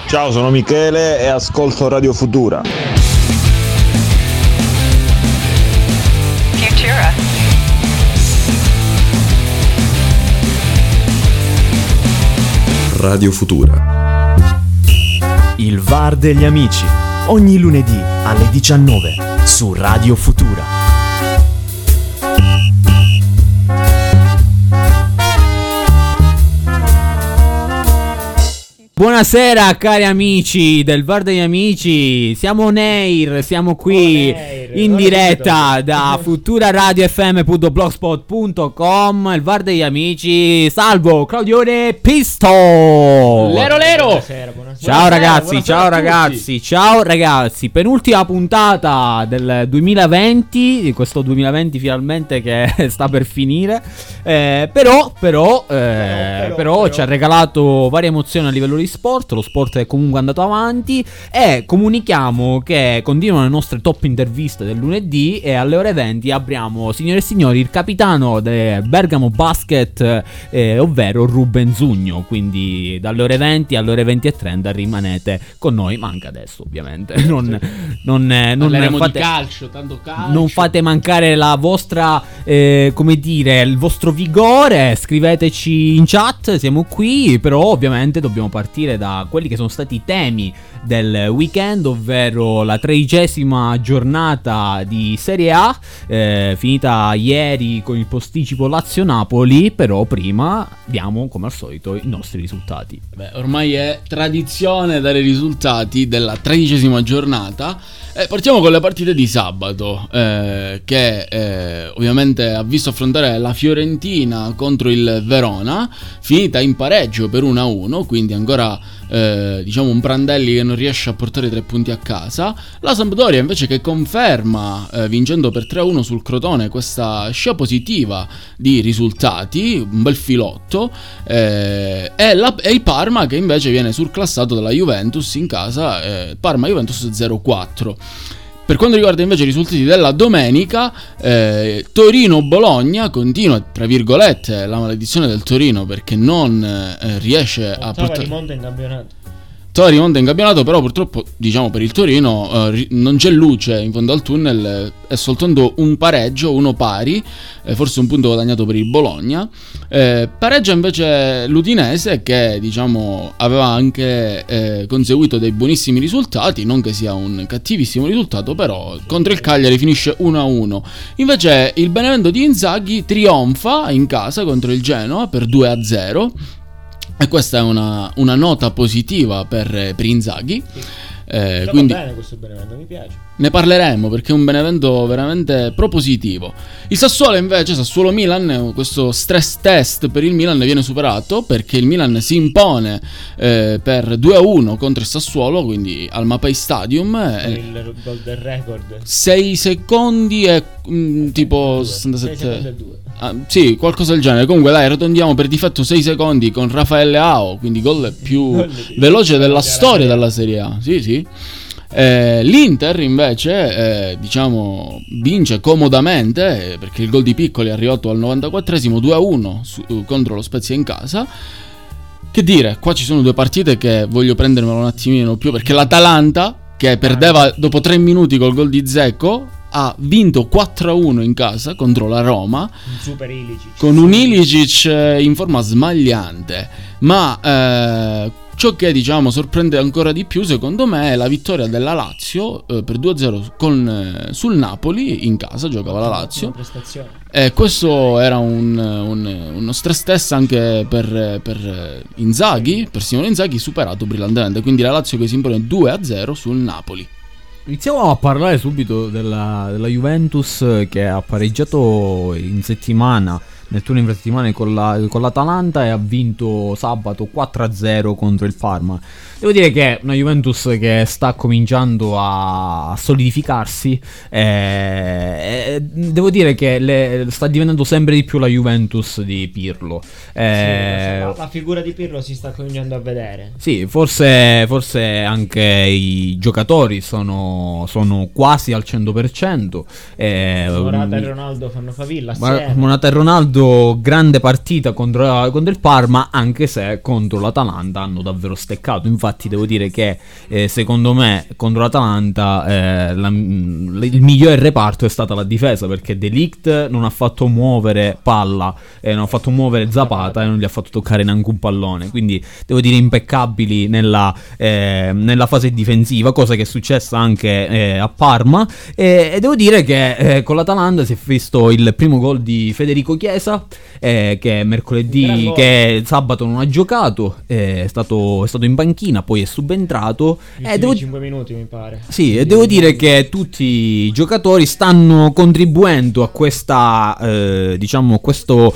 Ciao, sono Michele e ascolto Radio Futura. Futura. Radio Futura. Il VAR degli amici, ogni lunedì alle 19 su Radio Futura. Buonasera cari amici del VAR degli amici, siamo on air, siamo qui in diretta da futuraradiofm.blogspot.com, il VAR degli amici, salvo Claudione Pisto. Lero. Buonasera. Ciao ragazzi, ciao ragazzi, penultima puntata del 2020, di questo 2020 finalmente che sta per finire, però ci ha regalato varie emozioni a livello di sport. Lo sport è comunque andato avanti e comunichiamo che continuano le nostre top interviste del lunedì e alle ore 20 abbiamo, signore e signori, il capitano del Bergamo Basket, ovvero Ruben Zugno. Quindi dalle ore 20 alle ore 20:30 rimanete con noi, ma anche adesso ovviamente non fate, di calcio, tanto calcio. Non fate mancare la vostra come dire, il vostro vigore, scriveteci in chat, siamo qui. Però ovviamente dobbiamo partire da quelli che sono stati i temi del weekend, ovvero la 13ª giornata di Serie A, finita ieri con il posticipo Lazio-Napoli. Però prima diamo come al solito i nostri risultati. Beh, ormai è tradizione dare i risultati della 13ª giornata. Partiamo con le partite di sabato, che ovviamente ha visto affrontare la Fiorentina contro il Verona, finita in pareggio per 1-1, quindi ancora diciamo un Prandelli che non riesce a portare 3 punti a casa. La Sampdoria invece che conferma, vincendo per 3-1 sul Crotone, questa scia positiva di risultati, un bel filotto, e il Parma che invece viene surclassato dalla Juventus in casa, Parma-Juventus 0-4. Per quanto riguarda invece i risultati della domenica, Torino-Bologna continua, tra virgolette, la maledizione del Torino, perché non riesce a portare... rimonta in campionato. Rimonta in campionato, però purtroppo, diciamo, per il Torino non c'è luce in fondo al tunnel, è soltanto un pareggio, uno pari, forse un punto guadagnato per il Bologna. Pareggia invece l'Udinese, che diciamo aveva anche conseguito dei buonissimi risultati, non che sia un cattivissimo risultato, però contro il Cagliari finisce 1-1. Invece il Benevento di Inzaghi trionfa in casa contro il Genoa per 2-0. E questa è una nota positiva per Inzaghi. Sì. Quindi bene questo Benevento, mi piace. ne parleremo perché è un Benevento veramente propositivo. Il Sassuolo invece, Sassuolo-Milan, questo stress test per il Milan viene superato, perché il Milan si impone per 2-1 contro il Sassuolo, quindi al Mapei Stadium. Il gol del record 6 secondi e tipo 67. 6 secondi e 2. Sì, qualcosa del genere. Comunque dai, arrotondiamo per difetto 6 secondi con Raffaele Ao, quindi gol più veloce della storia della Serie A. Sì. L'Inter invece diciamo vince comodamente, perché il gol di Piccoli è arrivato al 94esimo, 2-1 contro lo Spezia in casa. Che dire, qua ci sono due partite che voglio prendermelo un attimino più, perché l'Atalanta, che perdeva dopo 3 minuti col gol di Dzeko, ha vinto 4-1 in casa contro la Roma, un super Ilicic, con un Ilicic in forma smagliante. Ma ciò che diciamo sorprende ancora di più, secondo me, è la vittoria della Lazio per 2-0 sul Napoli in casa. Giocava la Lazio, e questo era uno stress test anche per Inzaghi, per Simone Inzaghi, superato brillantemente. Quindi la Lazio che si impone 2-0 sul Napoli. Iniziamo a parlare subito della Juventus, che ha pareggiato in settimana, nel turno infrasettimana con l'Atalanta, e ha vinto sabato 4-0 contro il Parma. Devo dire che una Juventus che sta cominciando a solidificarsi, devo dire che sta diventando sempre di più la Juventus di Pirlo. La figura di Pirlo si sta cominciando a vedere. Sì, forse anche i giocatori sono quasi al 100%. Morata e Ronaldo fanno favilla assieme. Morata e Ronaldo ricordo grande partita contro il Parma, anche se contro l'Atalanta hanno davvero steccato. Infatti devo dire che secondo me contro l'Atalanta il migliore reparto è stata la difesa, perché De Ligt non ha fatto muovere palla, non ha fatto muovere Zapata e non gli ha fatto toccare neanche un pallone, quindi devo dire impeccabili nella fase difensiva, cosa che è successa anche a Parma, e devo dire che con l'Atalanta si è visto il primo gol di Federico Chiesa, che mercoledì, che sabato non ha giocato, è stato in panchina, poi è subentrato, 5 minuti mi pare. Sì, e devo dire che tutti i giocatori stanno contribuendo a questa diciamo questo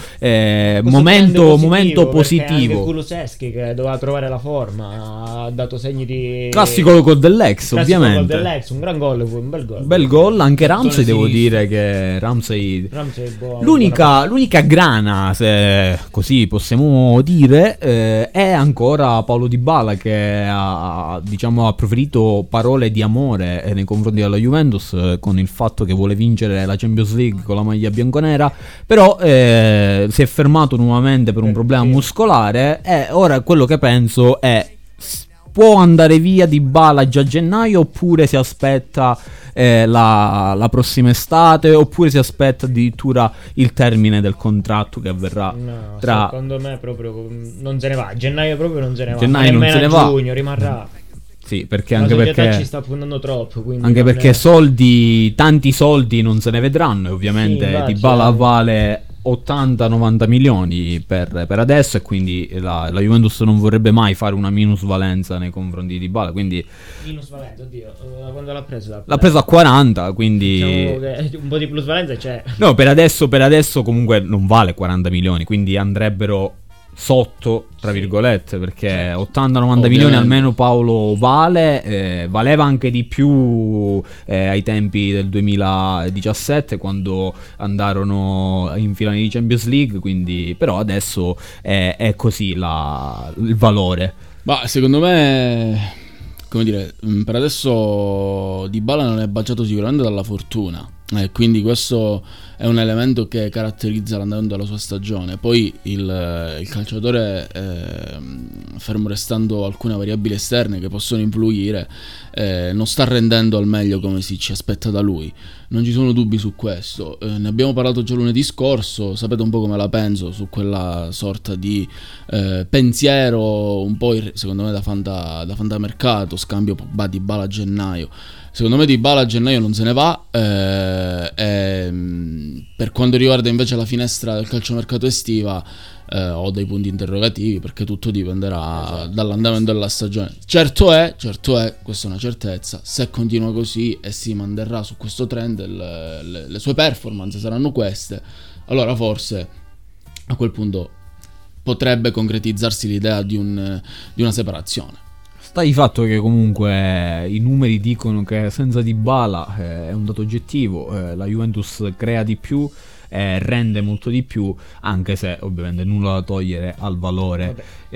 momento positivo. Anche Kulusevski, che doveva trovare la forma, ha dato segni di classico gol dell'ex, ovviamente. Gol dell'ex, un gran gol, un bel gol. Bel gol, anche Ramsey, devo dire che Ramsey è buono, l'unica grana, se così possiamo dire, è ancora Paulo Dybala, che ha proferito parole di amore nei confronti della Juventus, con il fatto che vuole vincere la Champions League con la maglia bianconera, però si è fermato nuovamente per un problema muscolare, e ora quello che penso è: può andare via Dybala già a gennaio, oppure si aspetta la prossima estate, oppure si aspetta addirittura il termine del contratto che avverrà secondo me proprio non se ne va, a gennaio proprio non se ne va, gennaio non se ne va, giugno rimarrà. Sì, perché la anche perché ci sta puntando troppo, anche perché tanti soldi non se ne vedranno, e ovviamente sì, Dybala vale 80-90 milioni per adesso, e quindi la Juventus non vorrebbe mai fare una minusvalenza nei confronti di Dybala, quindi minusvalenza, oddio, quando l'ha preso? L'ha preso a 40, quindi diciamo che un po' di plusvalenza c'è. No, per adesso comunque non vale 40 milioni, quindi andrebbero sotto, tra virgolette, perché 80-90 milioni almeno Paolo vale, valeva anche di più ai tempi del 2017, quando andarono in finale di Champions League, quindi però adesso è così il valore. Ma secondo me, come dire, per adesso Dybala non è baciato sicuramente dalla fortuna, quindi questo è un elemento che caratterizza l'andamento della sua stagione. Poi il calciatore, fermo restando alcune variabili esterne che possono influire, non sta rendendo al meglio come si ci aspetta da lui. Non ci sono dubbi su questo. Ne abbiamo parlato già lunedì scorso, sapete un po' come la penso su quella sorta di pensiero un po' secondo me da fantamercato, scambio Dybala a gennaio. Secondo me Dybala a gennaio non se ne va, per quanto riguarda invece la finestra del calciomercato estiva, ho dei punti interrogativi, perché tutto dipenderà dall'andamento della stagione. Certo è, questa è una certezza, se continua così e si manterrà su questo trend, le sue performance saranno queste, allora forse a quel punto potrebbe concretizzarsi l'idea di una separazione. Sta di fatto che comunque i numeri dicono che senza Dybala, è un dato oggettivo, la Juventus crea di più, rende molto di più, anche se ovviamente nulla da togliere al valore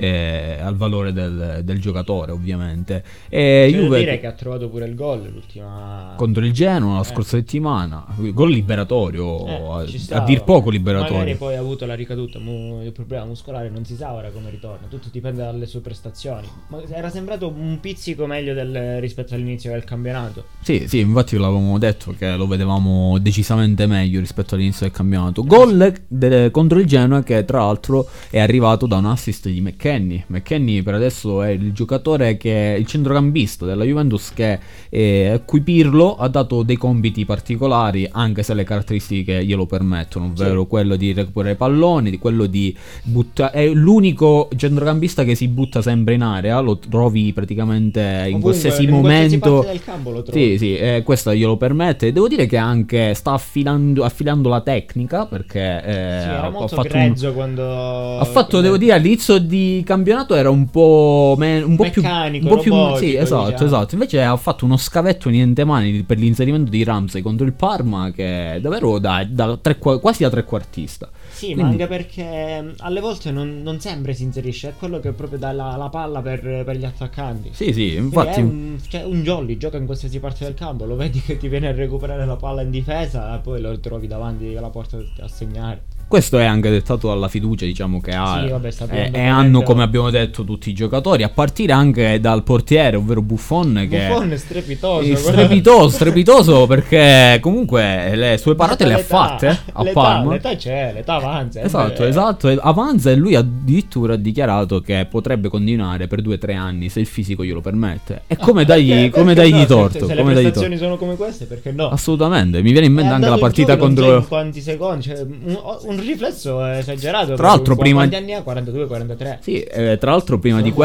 del giocatore, ovviamente. C'è da dire che ha trovato pure il gol l'ultima contro il Genoa la scorsa settimana, gol liberatorio, a dir poco liberatorio. Magari poi ha avuto la ricaduta, il problema muscolare, non si sa ora come ritorna, tutto dipende dalle sue prestazioni, ma era sembrato un pizzico meglio rispetto all'inizio del campionato. Sì, infatti l'avevamo detto che lo vedevamo decisamente meglio rispetto all'inizio del campionato. Gol contro il Genoa, che tra l'altro è arrivato da un assist di McKennie per adesso è il giocatore, che è il centrocampista della Juventus, che a cui Pirlo ha dato dei compiti particolari, anche se le caratteristiche glielo permettono, ovvero quello di recuperare palloni, di quello di buttare. È l'unico centrocampista che si butta sempre in area, lo trovi praticamente in qualsiasi momento del campo, lo trovi. sì, questo glielo permette. Devo dire che anche sta affilando la tecnica, perché era molto grezzo quando ha fatto, devo dire, all'inizio di campionato era un po' meccanico, più robotico, sì, esatto. Invece ha fatto uno scavetto niente mani per l'inserimento di Ramsey contro il Parma, che è davvero quasi da trequartista. Sì, quindi, ma anche perché alle volte non sempre si inserisce, è quello che proprio dà la palla per gli attaccanti. Sì, infatti è un jolly, gioca in qualsiasi parte del campo, lo vedi che ti viene a recuperare la palla in difesa e poi lo trovi davanti alla porta a segnare. Questo è anche dettato dalla fiducia, diciamo, che ha Sì, vabbè, sta e prendendo hanno, momento- come abbiamo detto, tutti i giocatori, a partire anche dal portiere, ovvero Buffon, che Buffon è strepitoso. è strepitoso perché comunque le sue parate le ha L'età- fatte a Parma. L'età c'è, l'età avanza. Esatto, e avanza, e lui addirittura ha dichiarato che potrebbe continuare per 2 o 3 anni se il fisico glielo permette. E come dargli no, torto? Se le Come dargli prestazioni torto? sono come queste, perché no? Assolutamente, mi viene in mente È anche la andato in partita gioco, non so contro... in quanti secondi, cioè, un riflesso esagerato. Tra l'altro, prima- quanti anni ha? 42, 43. Sì, tra l'altro prima di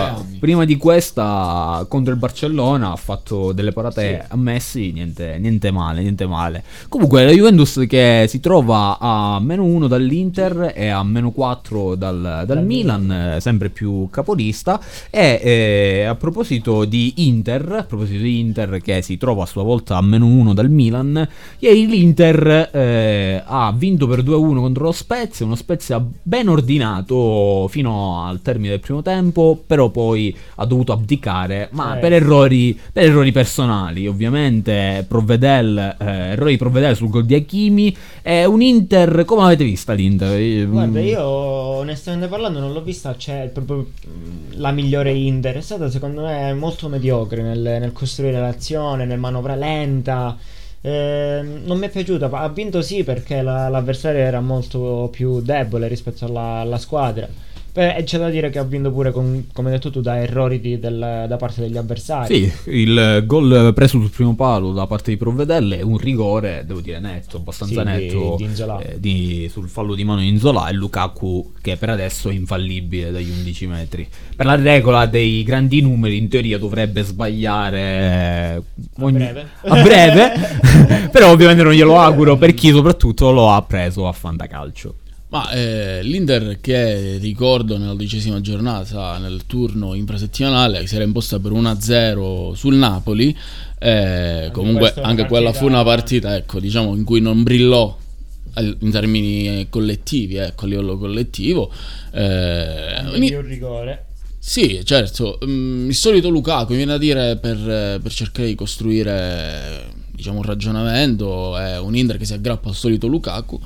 questa contro il Barcellona ha fatto delle parate a Messi, niente male. Comunque la Juventus che si trova a -1 dall'Inter e a -4 dal Milan, sempre più capolista. E a proposito di Inter che si trova a sua volta a -1 dal Milan, ieri l'Inter ha vinto per 2-1 contro lo Spezia, uno Spezia ben ordinato fino al termine del primo tempo, però poi ha dovuto abdicare, ma per errori personali, ovviamente. Errori di Provedel sul gol di Hakimi. È un Inter, come l'avete vista l'Inter? Guarda, io onestamente parlando non l'ho vista, c'è proprio la migliore Inter. È stata secondo me molto mediocre nel costruire l'azione, nel manovra lenta. Non mi è piaciuta. Ha vinto sì perché l'avversario era molto più debole rispetto alla squadra. E c'è da dire che ha vinto pure come hai detto tu, da errori da parte degli avversari. Sì, il gol preso sul primo palo da parte di Provedel è un rigore, devo dire netto, abbastanza netto, di Inzola. sul fallo di mano di Inzola, e Lukaku che per adesso è infallibile dagli 11 metri. Per la regola dei grandi numeri in teoria dovrebbe sbagliare a breve però ovviamente non glielo auguro per chi soprattutto lo ha preso a Fantacalcio. Ma l'Inter, che ricordo nella 12ª giornata nel turno infrasettimanale si era imposta per 1-0 sul Napoli, comunque anche quella fu una partita, ecco, diciamo, in cui non brillò in termini collettivi, ecco, a livello collettivo. Un rigore. Sì, certo, il solito Lukaku, mi viene a dire, per cercare di costruire, diciamo, un ragionamento, è un Inter che si aggrappa al solito Lukaku.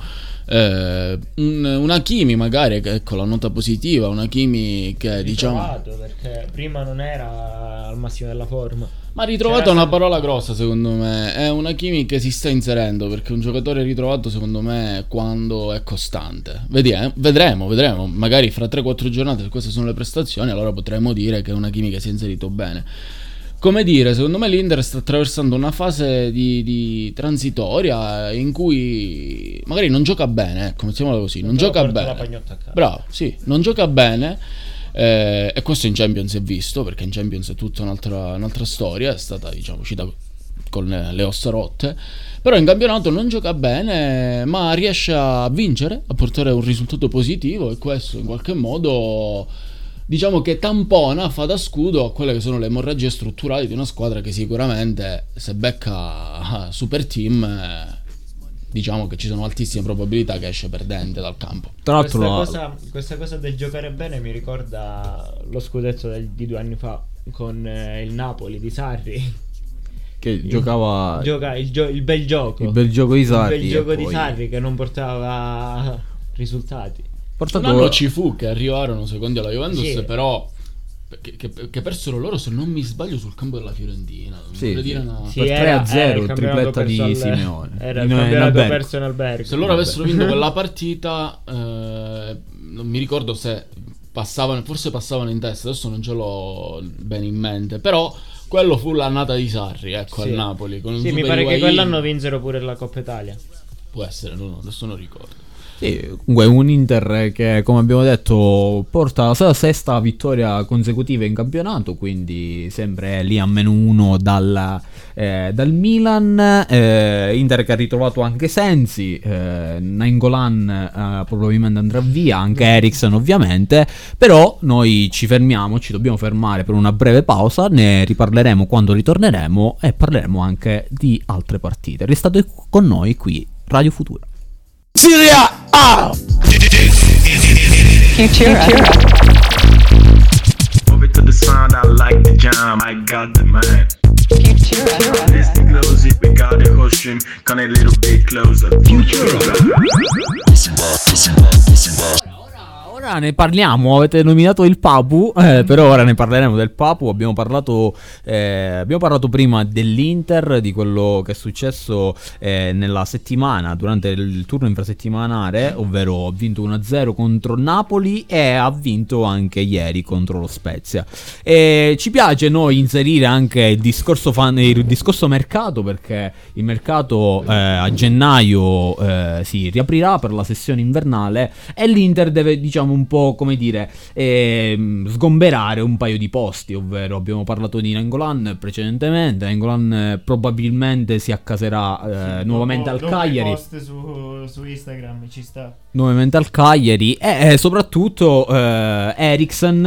Un Hakimi magari, ecco la nota positiva, un Hakimi che diciamo perché prima non era al massimo della forma. ma ritrovato è una parola grossa secondo me, è un Hakimi che si sta inserendo, perché un giocatore ritrovato secondo me quando è costante. Vedremo, magari fra 3-4 giornate, se queste sono le prestazioni, allora potremo dire che è un Hakimi che si è inserito bene. Come dire, secondo me l'Inter sta attraversando una fase di transitoria in cui magari non gioca bene, ecco, mettiamola così, non gioca bene. La pagnotta a casa. Bravo, sì, non gioca bene, e questo in Champions si è visto, perché in Champions è tutta un'altra storia, è stata, diciamo, uscita con le ossa rotte, però in campionato non gioca bene, ma riesce a vincere, a portare un risultato positivo, e questo in qualche modo, diciamo, che tampona, fa da scudo a quelle che sono le emorragie strutturali di una squadra che sicuramente, se becca super team, diciamo che ci sono altissime probabilità che esce perdente dal campo. Tra l'altro Questa cosa del giocare bene mi ricorda lo scudetto di 2 anni fa con il Napoli di Sarri, che giocava il bel gioco di Sarri, il bel gioco e di poi Sarri che non portava risultati. Un anno ci fu che arrivarono secondi alla Juventus, Sì. però che persero loro, se non mi sbaglio, sul campo della Fiorentina. Sì, vorrei dire una... sì. Per 3-0, tripletta di Simeone. Era il In campionato albergo. perso in albergo. Se loro avessero vinto quella partita, non mi ricordo se forse passavano in testa, adesso non ce l'ho bene in mente, però quello fu l'annata di Sarri, ecco, Sì. al Napoli con un Sì, mi Super pare che Higuaín. quell'anno vinsero pure la Coppa Italia. Può essere, no, adesso non ricordo. Sì, comunque un Inter che, come abbiamo detto, porta la sua 6ª vittoria consecutiva in campionato, quindi sempre lì a -1 dal Milan. Inter che ha ritrovato anche Sensi, Nainggolan probabilmente andrà via, anche Eriksen ovviamente, però noi ci dobbiamo fermare per una breve pausa, ne riparleremo quando ritorneremo e parleremo anche di altre partite. Restate con noi qui, Radio Futura. Serie A! Move it to the sound, I like the jam, I got the man. Let's close it, we got the pushing, come a little bit closer. Ora ne parliamo, avete nominato il Papu, però ora ne parleremo del Papu. Abbiamo parlato prima dell'Inter, di quello che è successo nella settimana, durante il turno infrasettimanale, ovvero ha vinto 1-0 contro Napoli e ha vinto anche ieri contro lo Spezia. Ci piace noi inserire anche il discorso mercato, perché il mercato a gennaio si riaprirà per la sessione invernale e l'Inter deve, diciamo, un po', come dire, sgomberare un paio di posti, ovvero abbiamo parlato di Nainggolan precedentemente. Nainggolan probabilmente si accaserà nuovamente al Cagliari. Post su Instagram ci sta. Nuovamente al Cagliari e soprattutto Eriksen,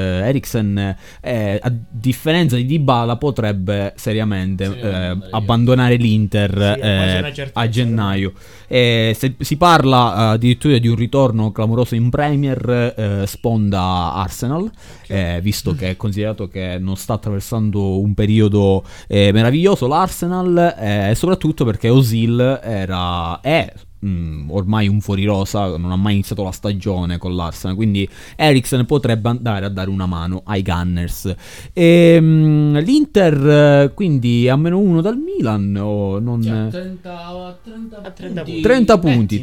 a differenza di Dybala, potrebbe seriamente abbandonare l'Inter a gennaio. Si parla addirittura di un ritorno clamoroso in Premier, sponda Arsenal, visto che è considerato che non sta attraversando un periodo meraviglioso l'Arsenal, e soprattutto perché Özil è ormai un fuorirosa, non ha mai iniziato la stagione con l'Arsenal, quindi Eriksen potrebbe andare a dare una mano ai Gunners. L'Inter quindi a -1 dal Milan, o non 30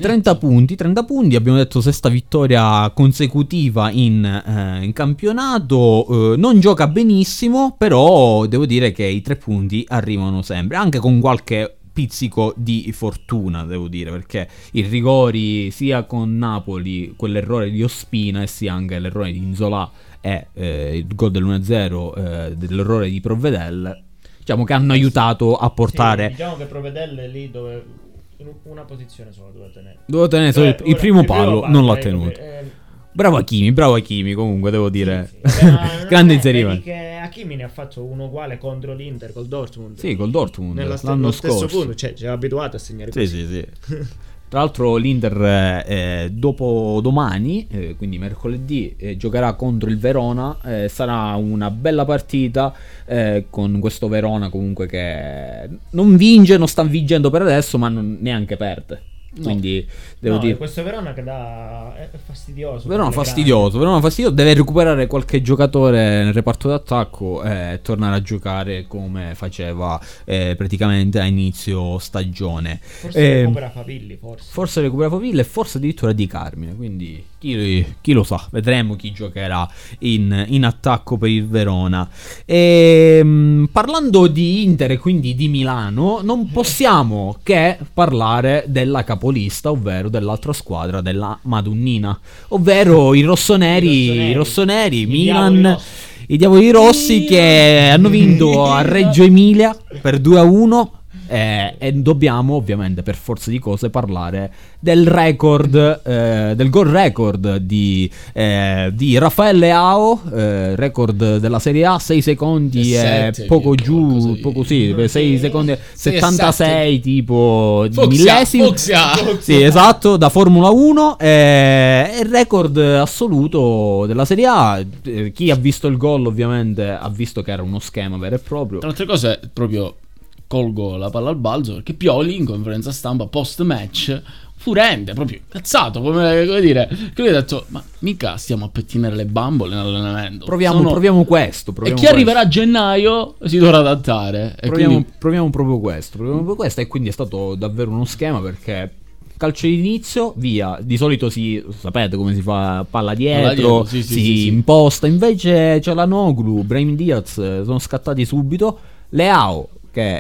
punti. Abbiamo detto sesta vittoria consecutiva in campionato. Non gioca benissimo, però devo dire che i 3 punti arrivano sempre, anche con qualche pizzico di fortuna, devo dire, perché i rigori sia con Napoli, quell'errore di Ospina, e sia anche l'errore di Nzola e il gol del 1-0 dell'errore di Provedel, diciamo che hanno aiutato a portare. Sì, diciamo che Provedel è lì dove in una posizione solo doveva tenere solo il primo palo, non l'ha tenuto. Bravo Hakimi, comunque devo dire. Grande inserimento. Hakimi ne ha fatto uno uguale contro l'Inter col Dortmund. Sì, col Dortmund l'anno scorso. Punto, cioè ci ha abituato a segnare così. Sì. Tra l'altro l'Inter dopo domani, quindi mercoledì, giocherà contro il Verona. Sarà una bella partita con questo Verona comunque che non sta vincendo per adesso, ma non neanche perde. Quindi devo dire, questo Verona che è fastidioso. Verona fastidioso, deve recuperare qualche giocatore nel reparto d'attacco e tornare a giocare come faceva praticamente a inizio stagione. Forse recupera Favilli, e forse addirittura Di Carmine, quindi chi lo sa, vedremo chi giocherà in attacco per il Verona. Parlando di Inter e quindi di Milano, non possiamo che parlare della capolista, ovvero dell'altra squadra, della Madonnina, ovvero i rossoneri Milan, i Diavoli Rossi, che hanno vinto a Reggio Emilia per 2-1. E dobbiamo ovviamente per forza di cose parlare del record, del gol record di Rafael Leao, record della Serie A, 6 secondi e poco giù, 6 secondi 76 tipo millesimo. Sì, esatto, da Formula 1, è il record assoluto della Serie A. Chi ha visto il gol ovviamente ha visto che era uno schema vero e proprio. Tra altre cose, proprio colgo la palla al balzo, perché Pioli in conferenza stampa post match furente, proprio cazzato, come dire, che lui ha detto: ma mica stiamo a pettinare le bambole in allenamento, proviamo questo, e chi arriverà a gennaio si dovrà adattare, e proviamo proprio questo, e quindi è stato davvero uno schema, perché calcio di inizio, via, di solito sapete come si fa, palla dietro, si imposta, invece Çalhanoğlu, Brahim Diaz sono scattati subito. Leao, che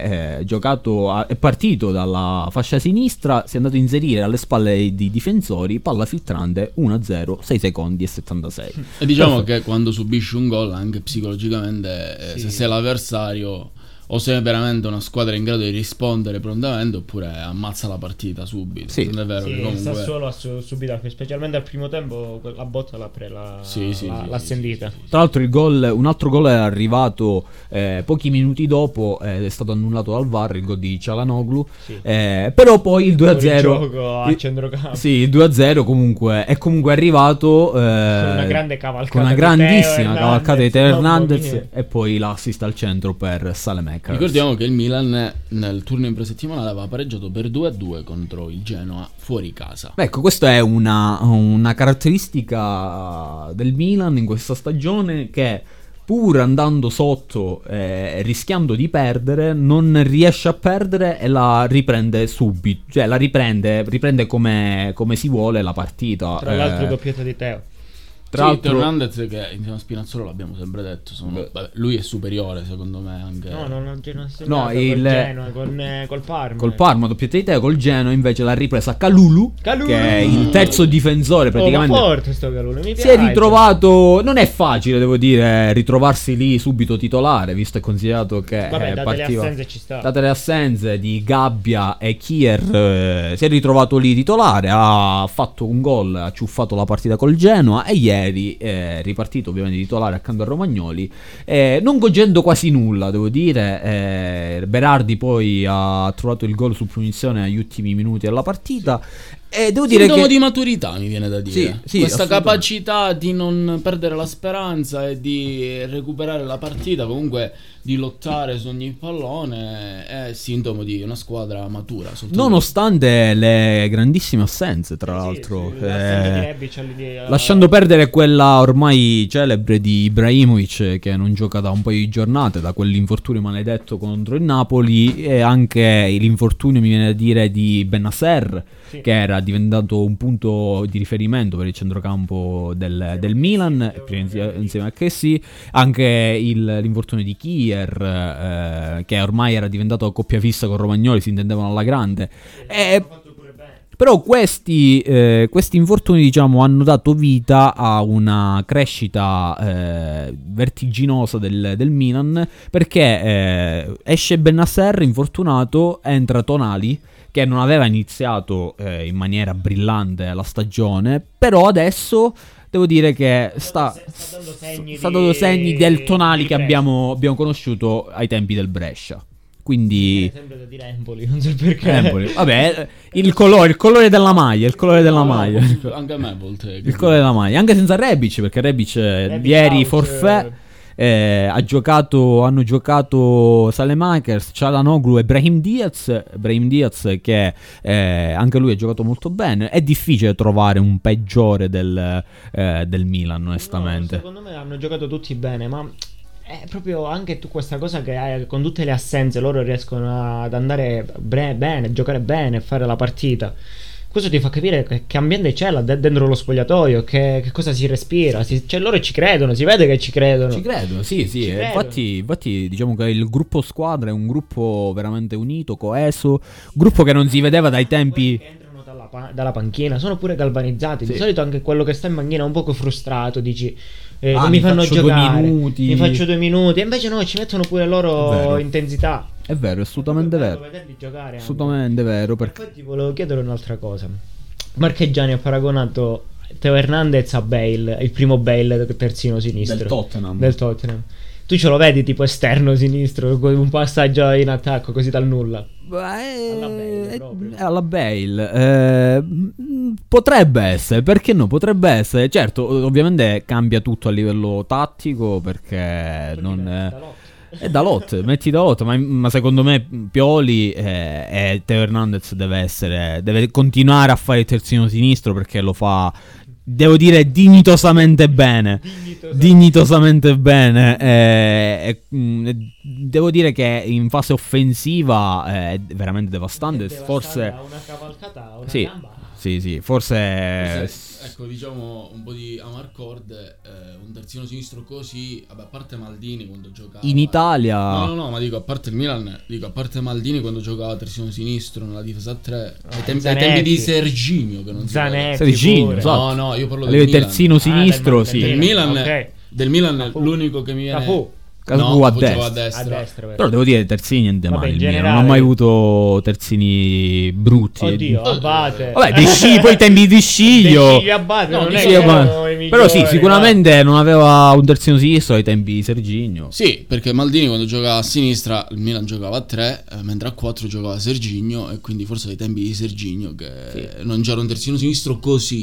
è partito dalla fascia sinistra, si è andato a inserire alle spalle dei difensori, palla filtrante, 1-0, 6 secondi e 76. E diciamo che quando subisci un gol, anche psicologicamente, se sei l'avversario, o se è veramente una squadra in grado di rispondere prontamente, oppure ammazza la partita subito. Sì. Non è vero, che comunque Sassuolo ha subito, specialmente al primo tempo, la botta l'ha sentita. Tra l'altro un altro gol è arrivato pochi minuti dopo, è stato annullato dal VAR, il gol di Çalhanoğlu, però poi il 2-0 a centrocampo. Sì, il 2-0 comunque è arrivato con una grande cavalcata, con una grandissima cavalcata di Teo Hernandez, e poi l'assist al centro per Saelemaekers. Salemakers. Ricordiamo che il Milan nel turno infrasettimanale aveva pareggiato per 2-2 contro il Genoa fuori casa. Ecco, questa è una caratteristica del Milan in questa stagione, che pur andando sotto, rischiando di perdere, non riesce a perdere e la riprende subito, cioè la riprende come si vuole la partita. Tra l'altro doppietta di Teo. Tra l'altro Hernandez, che insieme a Spinazzola l'abbiamo sempre detto, vabbè, lui è superiore secondo me anche. No, non No, col Genoa, col Parma. Col Parma, doppietta di Teo, col Genoa invece l'ha ripresa Kalulu, Kalulu, che è il terzo difensore praticamente. Ma forte sto Kalulu, mi Si piace. è ritrovato, non è facile devo dire ritrovarsi lì subito titolare, visto e considerato che Vabbè, date le partiva, assenze ci sta. date le assenze di Gabbia e Kier, si è ritrovato lì titolare, ha fatto un gol, ha ciuffato la partita col Genoa e ieri ripartito ovviamente titolare accanto a Romagnoli, non godendo quasi nulla devo dire. Berardi poi ha trovato il gol su punizione agli ultimi minuti della partita. E devo dire Sintomo che di maturità, mi viene da dire. Sì, questa assolutamente. capacità di non perdere la speranza e di recuperare la partita, comunque di lottare su ogni pallone, è sintomo di una squadra matura. Nonostante le grandissime assenze, tra l'altro, l'assenza di Rebic all'idea- lasciando perdere quella ormai celebre di Ibrahimovic, che non gioca da un paio di giornate, da quell'infortunio maledetto contro il Napoli, e anche l'infortunio, mi viene da dire, di Bennacer, che era diventato un punto di riferimento per il centrocampo del Milan, insieme a Kessie, anche l'infortunio di Kier, che ormai era diventato coppia fissa con Romagnoli, si intendevano alla grande. Però questi infortuni, diciamo, hanno dato vita a una crescita vertiginosa del Milan, perché esce Bennacer infortunato, entra Tonali, che non aveva iniziato in maniera brillante la stagione, però adesso devo dire che sta dando segni del Tonali che abbiamo conosciuto ai tempi del Brescia. Quindi Sembra da dire Empoli, non so perché. Empoli. Vabbè, il colore della maglia, Anche a me a volte. il colore della maglia, anche senza Rebic, perché Rebic ieri out, forfait. Hanno giocato Salemakers, Çalhanoğlu e Brahim Diaz, che anche lui ha giocato molto bene. È difficile trovare un peggiore del Milan, onestamente. No, secondo me hanno giocato tutti bene, ma è proprio anche tu questa cosa che con tutte le assenze loro riescono ad andare bene, giocare bene, fare la partita. Questo ti fa capire che ambiente c'è là dentro lo spogliatoio, che cosa si respira. Cioè loro ci credono, si vede che ci credono. Ci credono, sì. Ci credono. Infatti diciamo che il gruppo squadra è un gruppo veramente unito, coeso, gruppo che non si vedeva dai tempi. Che entrano dalla panchina, sono pure galvanizzati. Sì. Di solito anche quello che sta in panchina è un poco frustrato, dici non mi mi fanno faccio 2 giocare, minuti. mi faccio 2 minuti. E invece no, ci mettono pure È loro vero. intensità. È vero, è assolutamente Bello vero. vederli giocare anche. Assolutamente vero, perché Poi ti volevo chiedere un'altra cosa. Marchegiani ha paragonato Teo Hernandez a Bale, il primo Bale terzino sinistro del Tottenham. Tu ce lo vedi tipo esterno sinistro, con un passaggio in attacco così dal nulla? Alla Bale proprio. Alla Bale. Potrebbe essere, perché no? Potrebbe essere. Certo, ovviamente cambia tutto a livello tattico, perché non è Dalot, metti Dalot, ma secondo me Pioli e Teo Hernandez deve continuare a fare il terzino sinistro, perché lo fa, devo dire, dignitosamente bene. Devo dire che in fase offensiva è veramente devastante. Forse ha una cavalcata, una sì, gamba. sì, forse Ecco, diciamo un po' di amarcord, un terzino sinistro così, vabbè, a parte Maldini quando giocava in Italia. No, ma dico, a parte il Milan, a parte Maldini quando giocava terzino sinistro nella difesa a 3, ai tempi Zanetti. di Serginio, che non si Zanetti Serginho, pure. esatto. No, io parlo A del livello di Milan. terzino sinistro, del sì. Del Milan, ok. del Milan Cafu. l'unico che mi viene Cafu. Cafu a giocava destra. A destra, vero. Però devo dire, terzini niente Vabbè, male. in Il Milan non generale- ho mai avuto terzini brutti. Oddio, Abate. Vabbè, De Sciglio, poi i tempi di Sciglio. De Sciglio, Abate, No, non De è Sciglio, che ma- erano i migliori, Però sì, ma- sicuramente non aveva un terzino sinistro ai tempi di Serginho. Sì, perché Maldini quando giocava a sinistra il Milan giocava a 3, mentre a 4 giocava Serginho, e quindi forse ai tempi di Serginho che non c'era un terzino sinistro così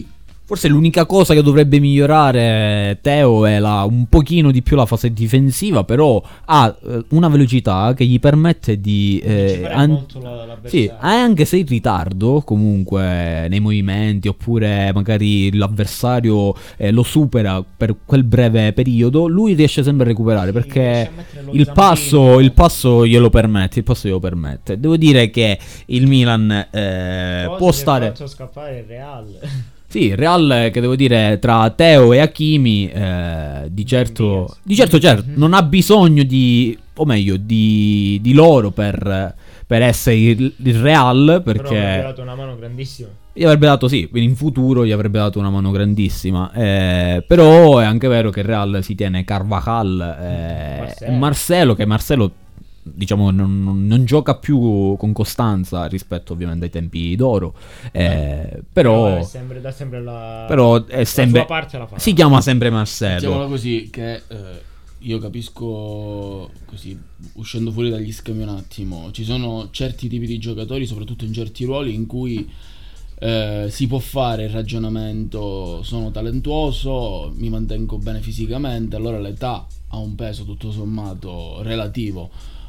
Forse l'unica cosa che dovrebbe migliorare Theo è un pochino di più la fase difensiva, però ha una velocità che gli permette di... molto l'avversario. Sì, anche se in ritardo comunque nei movimenti, oppure magari l'avversario lo supera per quel breve periodo, lui riesce sempre a recuperare, perché riesce a mettere lo il zampino. passo glielo permette, Devo dire che il Milan Cosa può che stare... ha fatto scappare il Real. Sì, il Real, che devo dire, tra Theo e Hakimi, di certo, non ha bisogno di, o meglio, di loro per essere il Real, Però mi ha perché dato una mano grandissima. gli avrebbe dato, sì, in futuro gli avrebbe dato una mano grandissima, però è anche vero che il Real si tiene Carvajal e Marcelo, diciamo non gioca più con costanza rispetto ovviamente ai tempi d'oro, però dà sempre la sua parte la fa. si chiama sempre Marcelo. Diciamolo così, che io capisco, così uscendo fuori dagli schemi un attimo, ci sono certi tipi di giocatori, soprattutto in certi ruoli, in cui si può fare il ragionamento: sono talentuoso, mi mantengo bene fisicamente, allora l'età ha un peso tutto sommato relativo.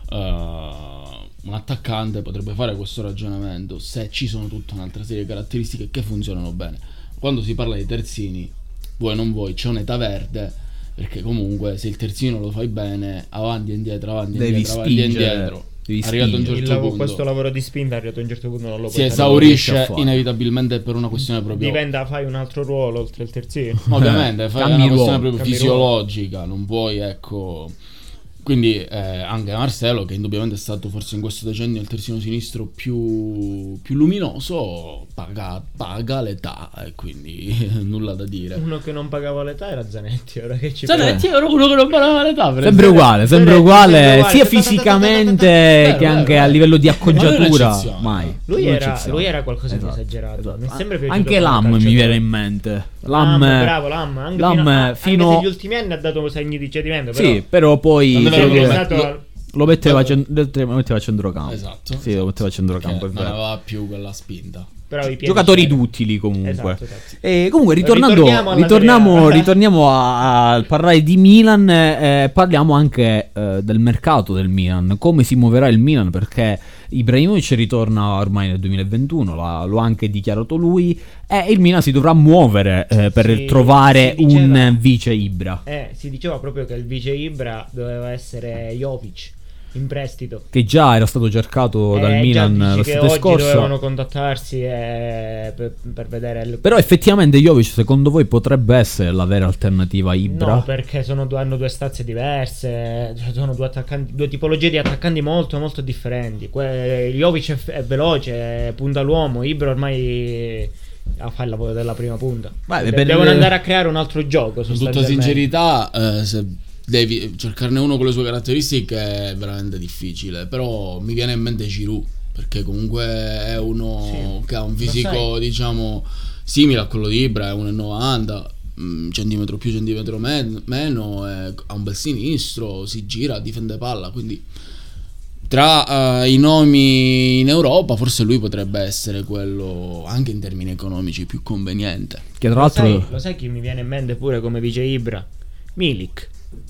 Un attaccante potrebbe fare questo ragionamento se ci sono tutta un'altra serie di caratteristiche che funzionano bene. Quando si parla di terzini, vuoi o non vuoi, c'è un'età verde, perché comunque se il terzino lo fai bene, avanti e indietro, Devi spingere. arrivato a un certo punto, questo lavoro di spinta arrivato a un certo punto non lo si puoi esaurisce inevitabilmente per una questione proprio... fai un altro ruolo oltre il terzino. Ovviamente fai Cambi una questione ruolo, proprio fisiologica, non puoi, ecco. Quindi anche Marcelo, che indubbiamente è stato forse in questo decennio il terzino sinistro più luminoso, paga l'età, e quindi nulla da dire. Uno che non pagava l'età era Zanetti, ora che ci Zanetti era uno che non pagava l'età, per Sempre uguale, uguale, sia fisicamente Vero, che anche vero. a livello di Ma lui è accoggiatura. un'eccezione. Mai. Lui era qualcosa di esagerato. Esatto. Mi è sempre piaciuto Anche come Lam mi calciatore. viene in mente. Bravo Lam. Anche Lam fino anche se gli ultimi anni ha dato segni di cedimento. Però Sì, però poi Quando credo era che stato lo metteva a centrocampo. Esatto. Sì, lo metteva a centrocampo, è non vero. aveva più quella spinta. però i piedi Giocatori c'erano. duttili comunque. Esatto. E comunque Ritorniamo alla ritorniamo a parlare di Milan, parliamo anche del mercato del Milan, come si muoverà il Milan, perché Ibrahimovic ritorna ormai nel 2021, lo ha anche dichiarato lui, e il Milan si dovrà muovere per trovare si diceva- un vice Ibra, Si diceva proprio che il vice Ibra doveva essere Jovic in prestito. che già era stato cercato dal Milan già dici che l'estate oggi scorsa. dovevano contattarsi per vedere Però effettivamente Jovic secondo voi potrebbe essere la vera alternativa a Ibra? No, perché hanno due stazze diverse, cioè sono due tipologie di attaccanti molto molto differenti. Jovic è veloce, punta l'uomo, Ibra ormai fa il lavoro della prima punta. Devono andare a creare un altro gioco. Con tutta sincerità, se devi cercarne uno con le sue caratteristiche è veramente difficile. Però mi viene in mente Giroud, perché comunque è uno che ha un fisico, diciamo, simile a quello di Ibra, è 1,90, centimetro più, centimetro meno, ha un bel sinistro, si gira, difende palla, quindi tra i nomi in Europa forse lui potrebbe essere quello, anche in termini economici, più conveniente. Che tra l'altro Lo sai chi mi viene in mente pure come vice Ibra? Milik.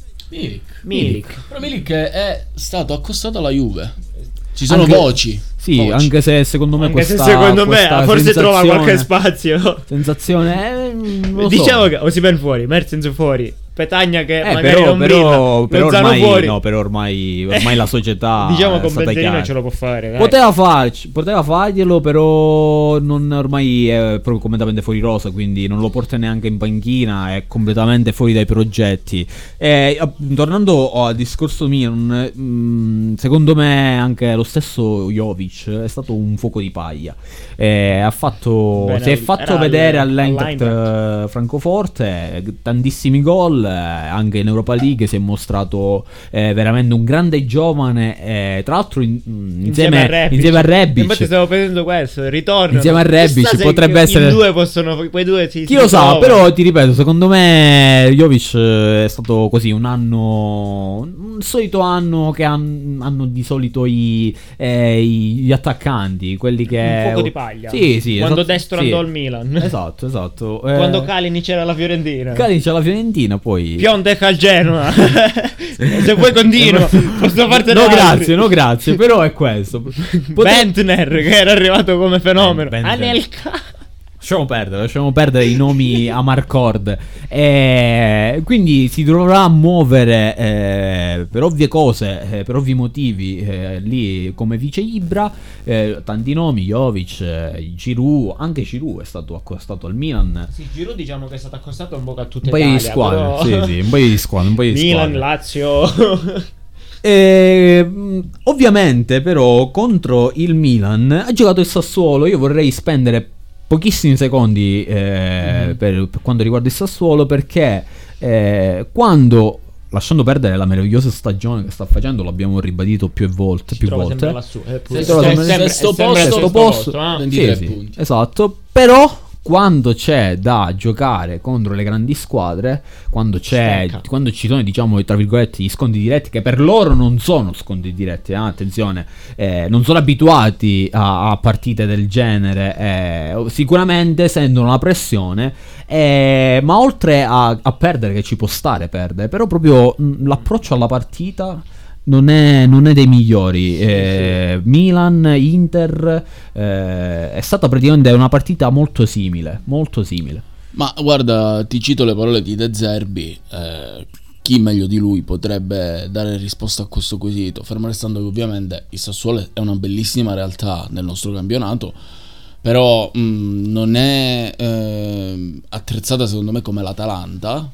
Però Milik è stato accostato alla Juve. Ci sono Anche- voci. Sì, Voci. anche se secondo me Anche se questa secondo me questa forse trova sensazione- qualche spazio. sensazione non lo so. Diciamo che Osimhen fuori, Mertens fuori, Petagna che magari però, non brilla, però Lozano ormai fuori. no, però ormai la società Diciamo è con stata Benzema chiara. ce lo può fare, dai. Poteva farglielo, però non, ormai è proprio completamente fuori rosa, quindi non lo porta neanche in panchina, è completamente fuori dai progetti. Tornando al discorso mio, secondo me anche lo stesso Jovic è stato un fuoco di paglia. Si è fatto Era vedere all'Eintracht. Francoforte, tantissimi gol, anche in Europa League si è mostrato veramente un grande giovane, tra l'altro insieme a Rebic. Infatti stavo pensando questo, il ritorno insieme a Rebic potrebbe essere, quei due chi lo sa, però ti ripeto, secondo me Jovic è stato così un solito anno che hanno di solito gli attaccanti, quelli che un fuoco di paglia. Sì, quando esatto, Destro andò al Milan. Esatto. Quando Kalinic era alla Fiorentina. Kalinic alla Fiorentina, poi Piontek al Genoa. Se vuoi continuo, posso fartene altri. No grazie, però è questo. Bentner che era arrivato come fenomeno. Bentner. Anelka. Lasciamo perdere i nomi a Marcord. Quindi si dovrà muovere per ovvie cose, per ovvi motivi, lì come vice Ibra. Tanti nomi: Jovic, Giroud. Anche Giroud è stato accostato al Milan. Sì, Giroud diciamo che è stato accostato un po' a tutte un paio di squadre. però... Sì, un paio di squadre. Milan, Lazio. Ovviamente, però, contro il Milan ha giocato il Sassuolo. Io vorrei spendere pochissimi secondi per quanto riguarda il Sassuolo, perché quando, lasciando perdere la meravigliosa stagione che sta facendo, l'abbiamo ribadito più volte, sempre lassù, sesto posto, 23 punti. Esatto, però quando c'è da giocare contro le grandi squadre, quando ci sono, diciamo, tra virgolette, gli scontri diretti, che per loro non sono scontri diretti, attenzione, non sono abituati a partite del genere, sicuramente sentono la pressione, ma oltre a perdere, che ci può stare perdere, però proprio l'approccio alla partita non è dei migliori. Milan, Inter, è stata praticamente una partita molto simile. Ma guarda, ti cito le parole di De Zerbi. Chi meglio di lui potrebbe dare risposta a questo quesito, fermo restando che ovviamente il Sassuolo è una bellissima realtà nel nostro campionato, però non è attrezzata secondo me come l'Atalanta,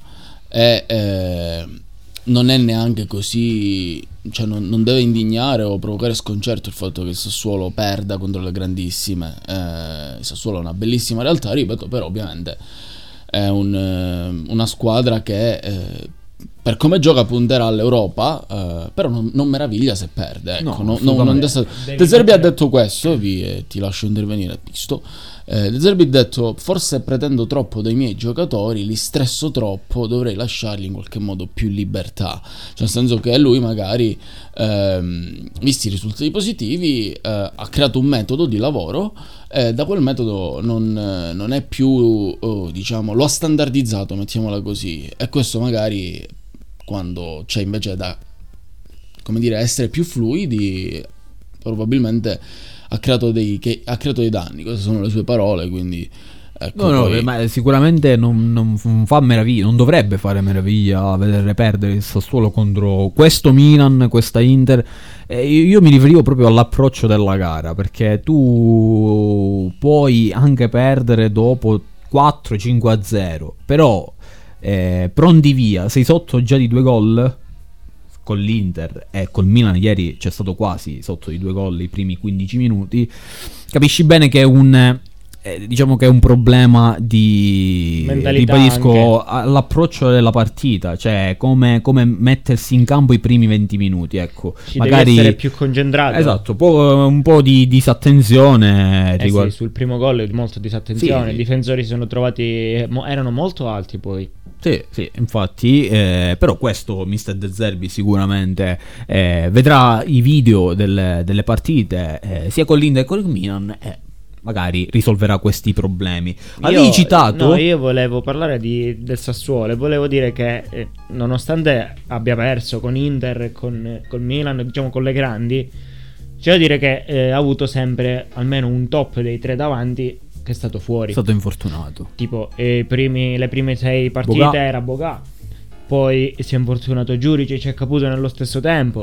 e non è neanche così, cioè non deve indignare o provocare sconcerto il fatto che il Sassuolo perda contro le grandissime. Il Sassuolo è una bellissima realtà, ripeto, però ovviamente è una squadra che per come gioca punterà all'Europa, però non meraviglia se perde, ecco. De Zerbi ha detto questo, ti lascio intervenire, visto. De Zerbi ha detto: forse pretendo troppo dai miei giocatori, li stresso troppo, dovrei lasciargli in qualche modo più libertà, cioè nel senso che lui magari, visti i risultati positivi, ha creato un metodo di lavoro, da quel metodo non è più, diciamo, lo ha standardizzato, mettiamola così, e questo magari, quando c'è invece da, come dire, essere più fluidi, probabilmente ha creato dei danni. Queste sono le sue parole, quindi ecco. Ma sicuramente non fa meraviglia, non dovrebbe fare meraviglia vedere perdere il Sassuolo contro questo Milan, questa Inter. Io mi riferivo proprio all'approccio della gara, perché tu puoi anche perdere dopo 4-5-0, però pronti via, sei sotto già di 2 gol con l'Inter, e col Milan ieri c'è stato quasi sotto di 2 gol i primi 15 minuti, capisci bene che è diciamo che è un problema di mentalità, ribadisco, all'approccio della partita, cioè come mettersi in campo i primi 20 minuti, ecco. Magari devi essere più concentrato. Esatto, un po' di disattenzione sì, sul primo gol molto disattenzione, sì. I difensori si sono trovati, erano molto alti poi. Sì, infatti, però questo Mr. De Zerbi sicuramente vedrà i video delle partite sia con l'Inter che con il Milan, e magari risolverà questi problemi. Avevi citato? No, io volevo parlare del Sassuolo, volevo dire che nonostante abbia perso con Inter e con Milan, diciamo con le grandi, c'è da dire che ha avuto sempre almeno un top dei 3 davanti che è stato fuori. È stato infortunato. Tipo le prime 6 partite era Boga, poi si è infortunato Giuric e c'è Caputo nello stesso tempo.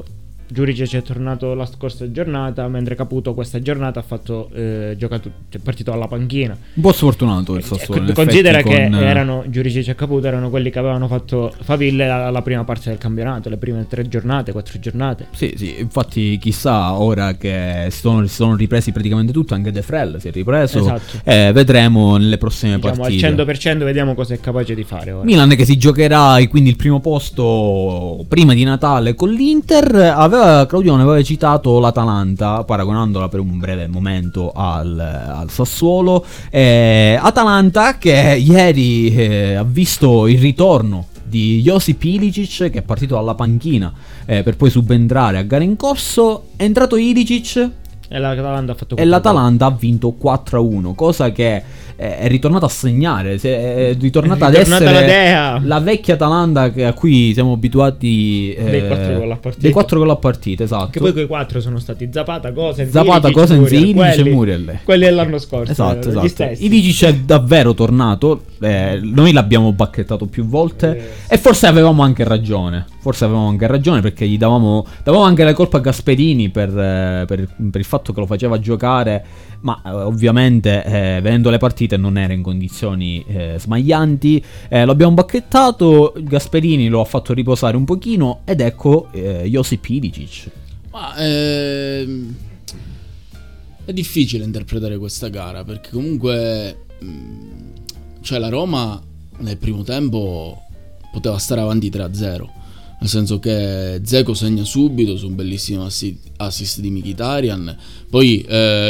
Juricic è tornato la scorsa giornata, mentre Caputo questa giornata ha fatto giocato, cioè partito alla panchina. Un po' sfortunato il Sassuolo, in Considera effetti, che con... erano Juricic e Caputo erano quelli che avevano fatto faville alla prima parte del campionato, le prime 3 giornate, 4 giornate. Sì, infatti chissà, ora che si sono ripresi praticamente tutto, anche De Frel si è ripreso, Esatto. Vedremo nelle prossime Diciamo partite. al 100% vediamo cosa è capace di fare ora. Milan che si giocherà quindi il primo posto prima di Natale con l'Inter. Claudione aveva citato l'Atalanta, paragonandola per un breve momento al Sassuolo. Atalanta che ieri ha visto il ritorno di Josip Ilicic, che è partito dalla panchina per poi subentrare a gara in corso. È entrato Ilicic E l'Atalanta ha fatto e l'Atalanta ha vinto 4-1, cosa che è ritornata a segnare, è ritornata ad essere la Dea. la vecchia Atalanta a cui siamo abituati Dei 4 gol a partita. dei 4 gol a partita, esatto. Che poi quei 4 sono stati Zapata, Gosens, Ilicic e Muriel. Quelli dell'anno scorso. Esatto, gli esatto. stessi. Ilicic è davvero tornato. Noi l'abbiamo bacchettato più volte e forse avevamo anche ragione. Perché gli davamo anche la colpa a Gasperini per il fatto che lo faceva giocare, ma ovviamente vedendo le partite non era in condizioni smaglianti. Lo abbiamo bacchettato, Gasperini lo ha fatto riposare un pochino ed ecco Josip Ilicic. Ma è difficile interpretare questa gara, perché comunque cioè la Roma nel primo tempo poteva stare avanti 3-0, nel senso che Dzeko segna subito su un bellissimo assist di Mkhitaryan, poi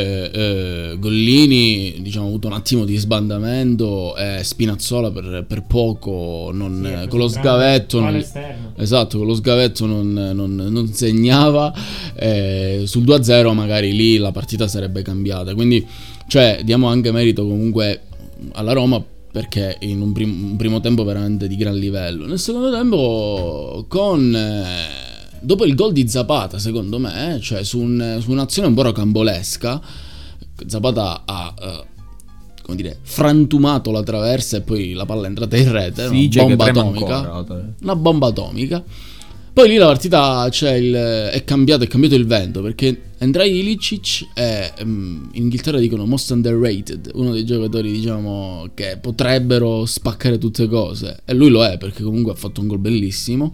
Gollini diciamo ha avuto un attimo di sbandamento e Spinazzola per poco con lo sgavetto con lo sgavetto non segnava. Sul 2-0 magari lì la partita sarebbe cambiata, quindi cioè diamo anche merito comunque alla Roma, perché in un primo tempo veramente di gran livello. Nel secondo tempo dopo il gol di Zapata, secondo me, cioè su un'azione un po' rocambolesca, Zapata ha come dire, frantumato la traversa e poi la palla è entrata in rete, una bomba atomica. Poi lì la partita è cambiato il vento, perché Andrej Ilicic è in Inghilterra dicono most underrated, uno dei giocatori diciamo che potrebbero spaccare tutte cose, e lui lo è, perché comunque ha fatto un gol bellissimo.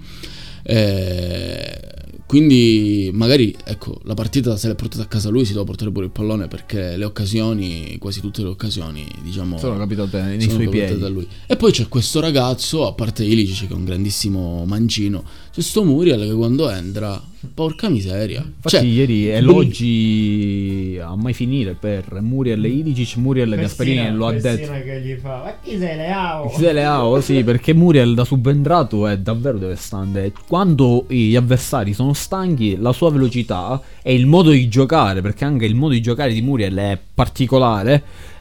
Quindi magari ecco la partita se l'è portata a casa lui, si deve portare pure il pallone, perché le occasioni, quasi tutte le occasioni diciamo sono capitate nei suoi piedi da lui. E poi c'è questo ragazzo, a parte Ilicic che è un grandissimo mancino, c'è sto Muriel che quando entra, porca miseria. Infatti ieri elogi a mai finire per Muriel e Ilicic. Muriel Gasperini lo ha detto che gli fa: ma chi sei Leao? Sì, perché Muriel da subentrato è davvero devastante. Quando gli avversari sono stanchi, la sua velocità e il modo di giocare, perché anche il modo di giocare di Muriel è particolare,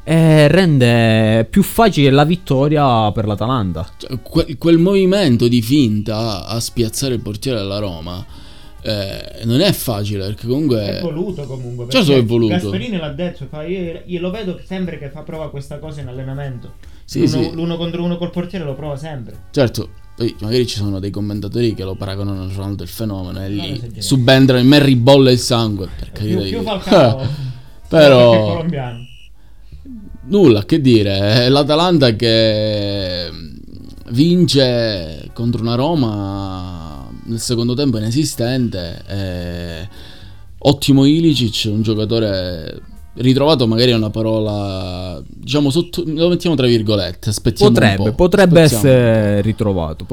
rende più facile la vittoria per l'Atalanta. Cioè, quel movimento di finta a spiazzare il portiere della Roma non è facile, perché comunque è voluto comunque. Certo è voluto. Gasperini l'ha detto, io lo vedo sempre che prova questa cosa in allenamento. Sì. L'uno contro uno col portiere lo prova sempre. Certo, poi magari ci sono dei commentatori che lo paragonano al Ronaldo del fenomeno e lì subentra in me ribolle il sangue, per carità più Falcao però colombiano. Nulla che dire, è l'Atalanta che vince contro una Roma nel secondo tempo inesistente. Ottimo Ilicic, un giocatore ritrovato, magari è una parola diciamo lo mettiamo tra virgolette, aspettiamo potrebbe essere ritrovato,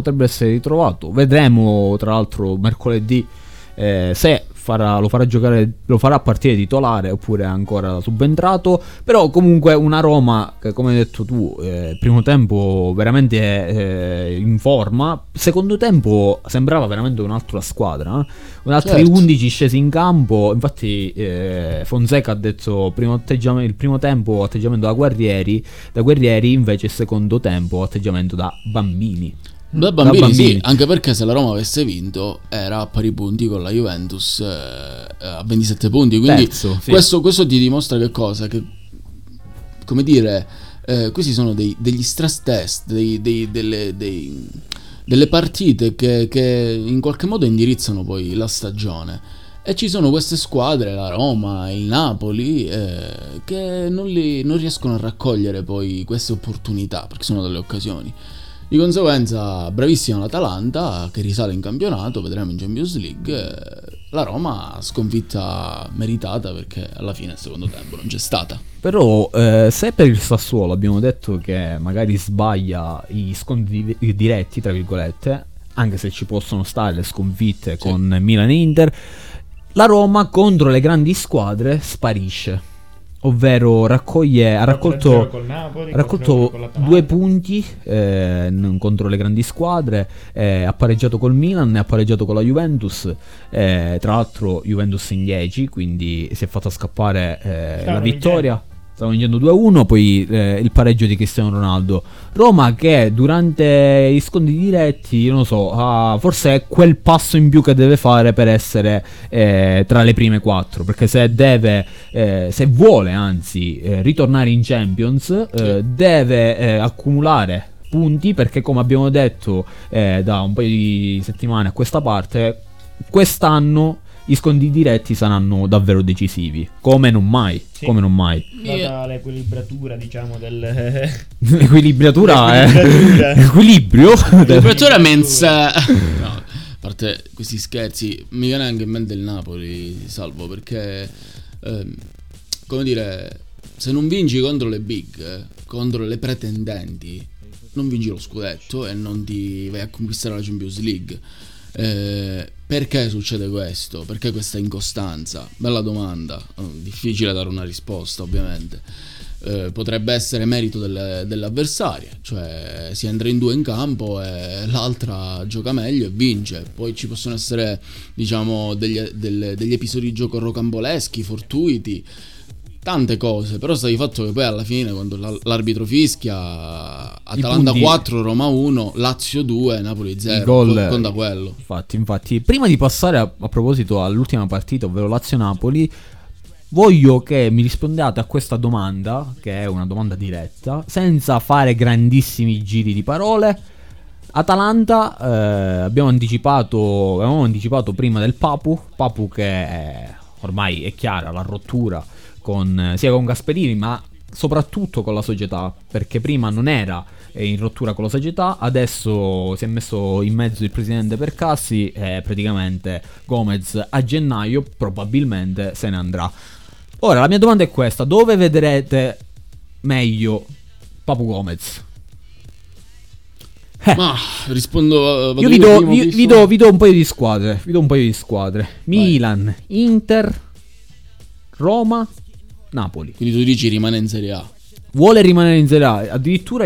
vedremo tra l'altro mercoledì se lo farà partire titolare oppure ancora subentrato. Però comunque una Roma che, come hai detto tu, primo tempo veramente in forma, secondo tempo sembrava veramente un'altra squadra, altri 11 scesi in campo. Infatti Fonseca ha detto il primo tempo atteggiamento da guerrieri, invece il secondo tempo atteggiamento da bambini. Da bambini. Sì, anche perché se la Roma avesse vinto era a pari punti con la Juventus a 27 punti, quindi terzo, sì. questo ti dimostra che cosa? Che, come dire, questi sono degli stress test, delle partite che in qualche modo indirizzano poi la stagione. E ci sono queste squadre, la Roma, il Napoli, che non riescono a raccogliere poi queste opportunità, perché sono delle occasioni. Di conseguenza, bravissima l'Atalanta, che risale in campionato, vedremo in Champions League. La Roma sconfitta meritata, perché alla fine il secondo tempo non c'è stata. Però se per il Sassuolo abbiamo detto che magari sbaglia i scontri diretti, tra virgolette, anche se ci possono stare le sconfitte con Milan e Inter, la Roma contro le grandi squadre sparisce, ovvero ha raccolto col Napoli, ha raccolto 2 punti contro le grandi squadre, ha pareggiato col Milan e ha pareggiato con la Juventus, tra l'altro Juventus in 10, quindi si è fatta scappare la vittoria. Stavano vincendo 2-1, poi il pareggio di Cristiano Ronaldo. Roma che durante gli scontri diretti, non lo so, forse è quel passo in più che deve fare per essere tra le prime 4, perché se vuole anzi ritornare in Champions, deve accumulare punti, perché come abbiamo detto da un paio di settimane a questa parte, quest'anno gli scontri diretti saranno davvero decisivi, come non mai. Data l'equilibratura, diciamo, L'equilibratura equilibrio. L'equilibratura mensa. No, a parte questi scherzi, mi viene anche in mente il Napoli, Salvo, perché come dire, se non vinci contro le big, contro le pretendenti, non vinci lo scudetto e non ti vai a conquistare la Champions League. Perché succede questo? Perché questa incostanza? Bella domanda, difficile dare una risposta ovviamente. Potrebbe essere merito dell'avversaria, cioè si entra in 2 in campo e l'altra gioca meglio e vince. Poi ci possono essere, diciamo, degli episodi di gioco rocamboleschi, fortuiti, tante cose, però sta di fatto che poi alla fine, quando l'arbitro fischia, Atalanta 4, Roma 1, Lazio 2, Napoli 0, conta quello. Infatti, prima di passare a proposito all'ultima partita, ovvero Lazio-Napoli, voglio che mi rispondiate a questa domanda, che è una domanda diretta, senza fare grandissimi giri di parole. Atalanta, avevamo anticipato prima del Papu che ormai è chiara la rottura sia con Gasperini, ma soprattutto con la società, perché prima non era in rottura con la società, adesso si è messo in mezzo il presidente Percassi e praticamente Gomez a gennaio probabilmente se ne andrà. Ora la mia domanda è questa: dove vedrete meglio Papu Gomez? Ma rispondo. Io vi do un paio di squadre. Milan, Inter, Roma, Napoli. Quindi tu dici rimane in Serie A? Vuole rimanere in Serie A, addirittura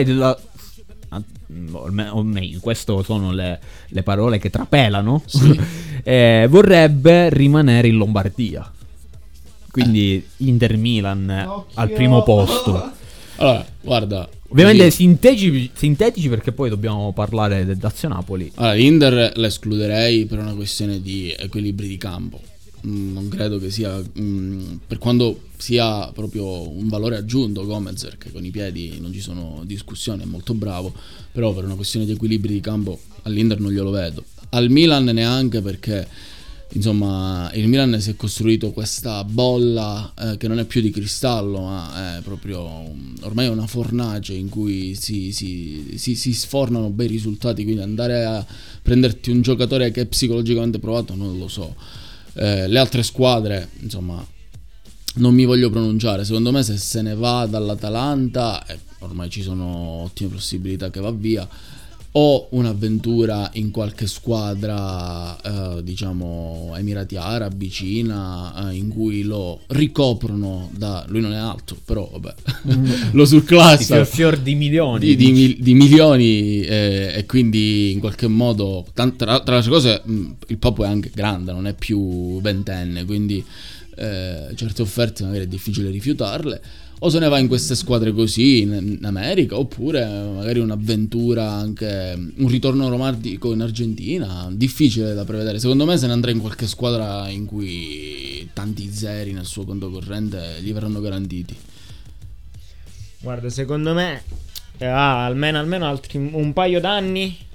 o meglio, queste sono le parole che trapelano. Sì. Vorrebbe rimanere in Lombardia. Quindi Inter-Milan al primo posto. Allora, guarda, ovviamente sintetici, perché poi dobbiamo parlare del Lazio-Napoli. Allora, l'Inter la escluderei per una questione di equilibri di campo. Non credo che sia, per quando sia proprio un valore aggiunto Gomez, perché con i piedi non ci sono discussioni, è molto bravo, però per una questione di equilibri di campo all'Inter non glielo vedo. Al Milan neanche, perché insomma il Milan si è costruito questa bolla che non è più di cristallo, ma è proprio ormai una fornace in cui si sfornano bei risultati, quindi andare a prenderti un giocatore che è psicologicamente provato non lo so. Le altre squadre, insomma, non mi voglio pronunciare. Secondo me se ne va dall'Atalanta, ormai ci sono ottime possibilità che va via, o un'avventura in qualche squadra diciamo Emirati Arabi, Cina, in cui lo ricoprono lui non è alto, però vabbè, lo surclassa fior di milioni di milioni, e quindi in qualche modo tra le altre cose il Papu è anche grande, non è più ventenne, quindi certe offerte magari è difficile rifiutarle. O se ne va in queste squadre così in America, oppure magari un'avventura, anche un ritorno romantico in Argentina, difficile da prevedere. Secondo me se ne andrà in qualche squadra in cui tanti zeri nel suo conto corrente gli verranno garantiti. Guarda, secondo me almeno altri un paio d'anni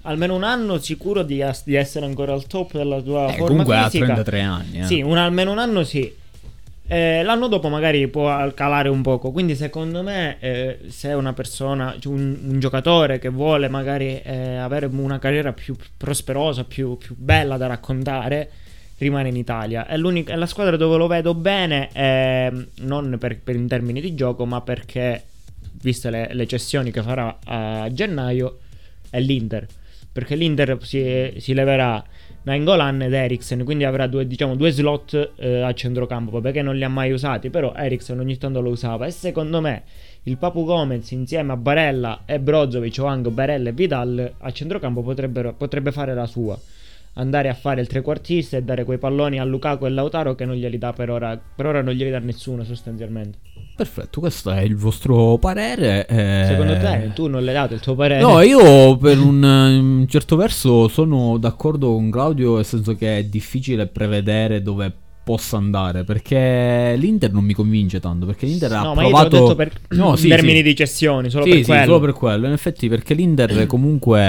almeno un anno sicuro di essere ancora al top della tua forma comunque fisica. ha 33 anni. Sì, almeno un anno sì. L'anno dopo magari può calare un poco. Quindi secondo me se una persona, cioè un giocatore che vuole magari avere una carriera più prosperosa, più bella da raccontare, rimane in Italia. È la squadra dove lo vedo bene, non per in termini di gioco, ma perché, viste le cessioni che farà a gennaio, è l'Inter. Perché l'Inter si leverà Nainggolan ed Eriksen, quindi avrà due slot a centrocampo, perché non li ha mai usati, però Eriksen ogni tanto lo usava. E secondo me il Papu Gomez insieme a Barella e Brozovic, o anche Barella e Vidal a centrocampo potrebbe fare la sua, andare a fare il trequartista e dare quei palloni a Lukaku e Lautaro che non glieli dà per ora non glieli dà nessuno sostanzialmente. Perfetto, questo è il vostro parere. Secondo te tu non l'hai dato il tuo parere? No, io per un certo verso sono d'accordo con Claudio, nel senso che è difficile prevedere dove possa andare, perché l'Inter non mi convince tanto, perché l'Inter ha provato... ma io te l'ho detto in termini di cessioni, solo per quello. Sì, solo per quello. In effetti, perché l'Inter comunque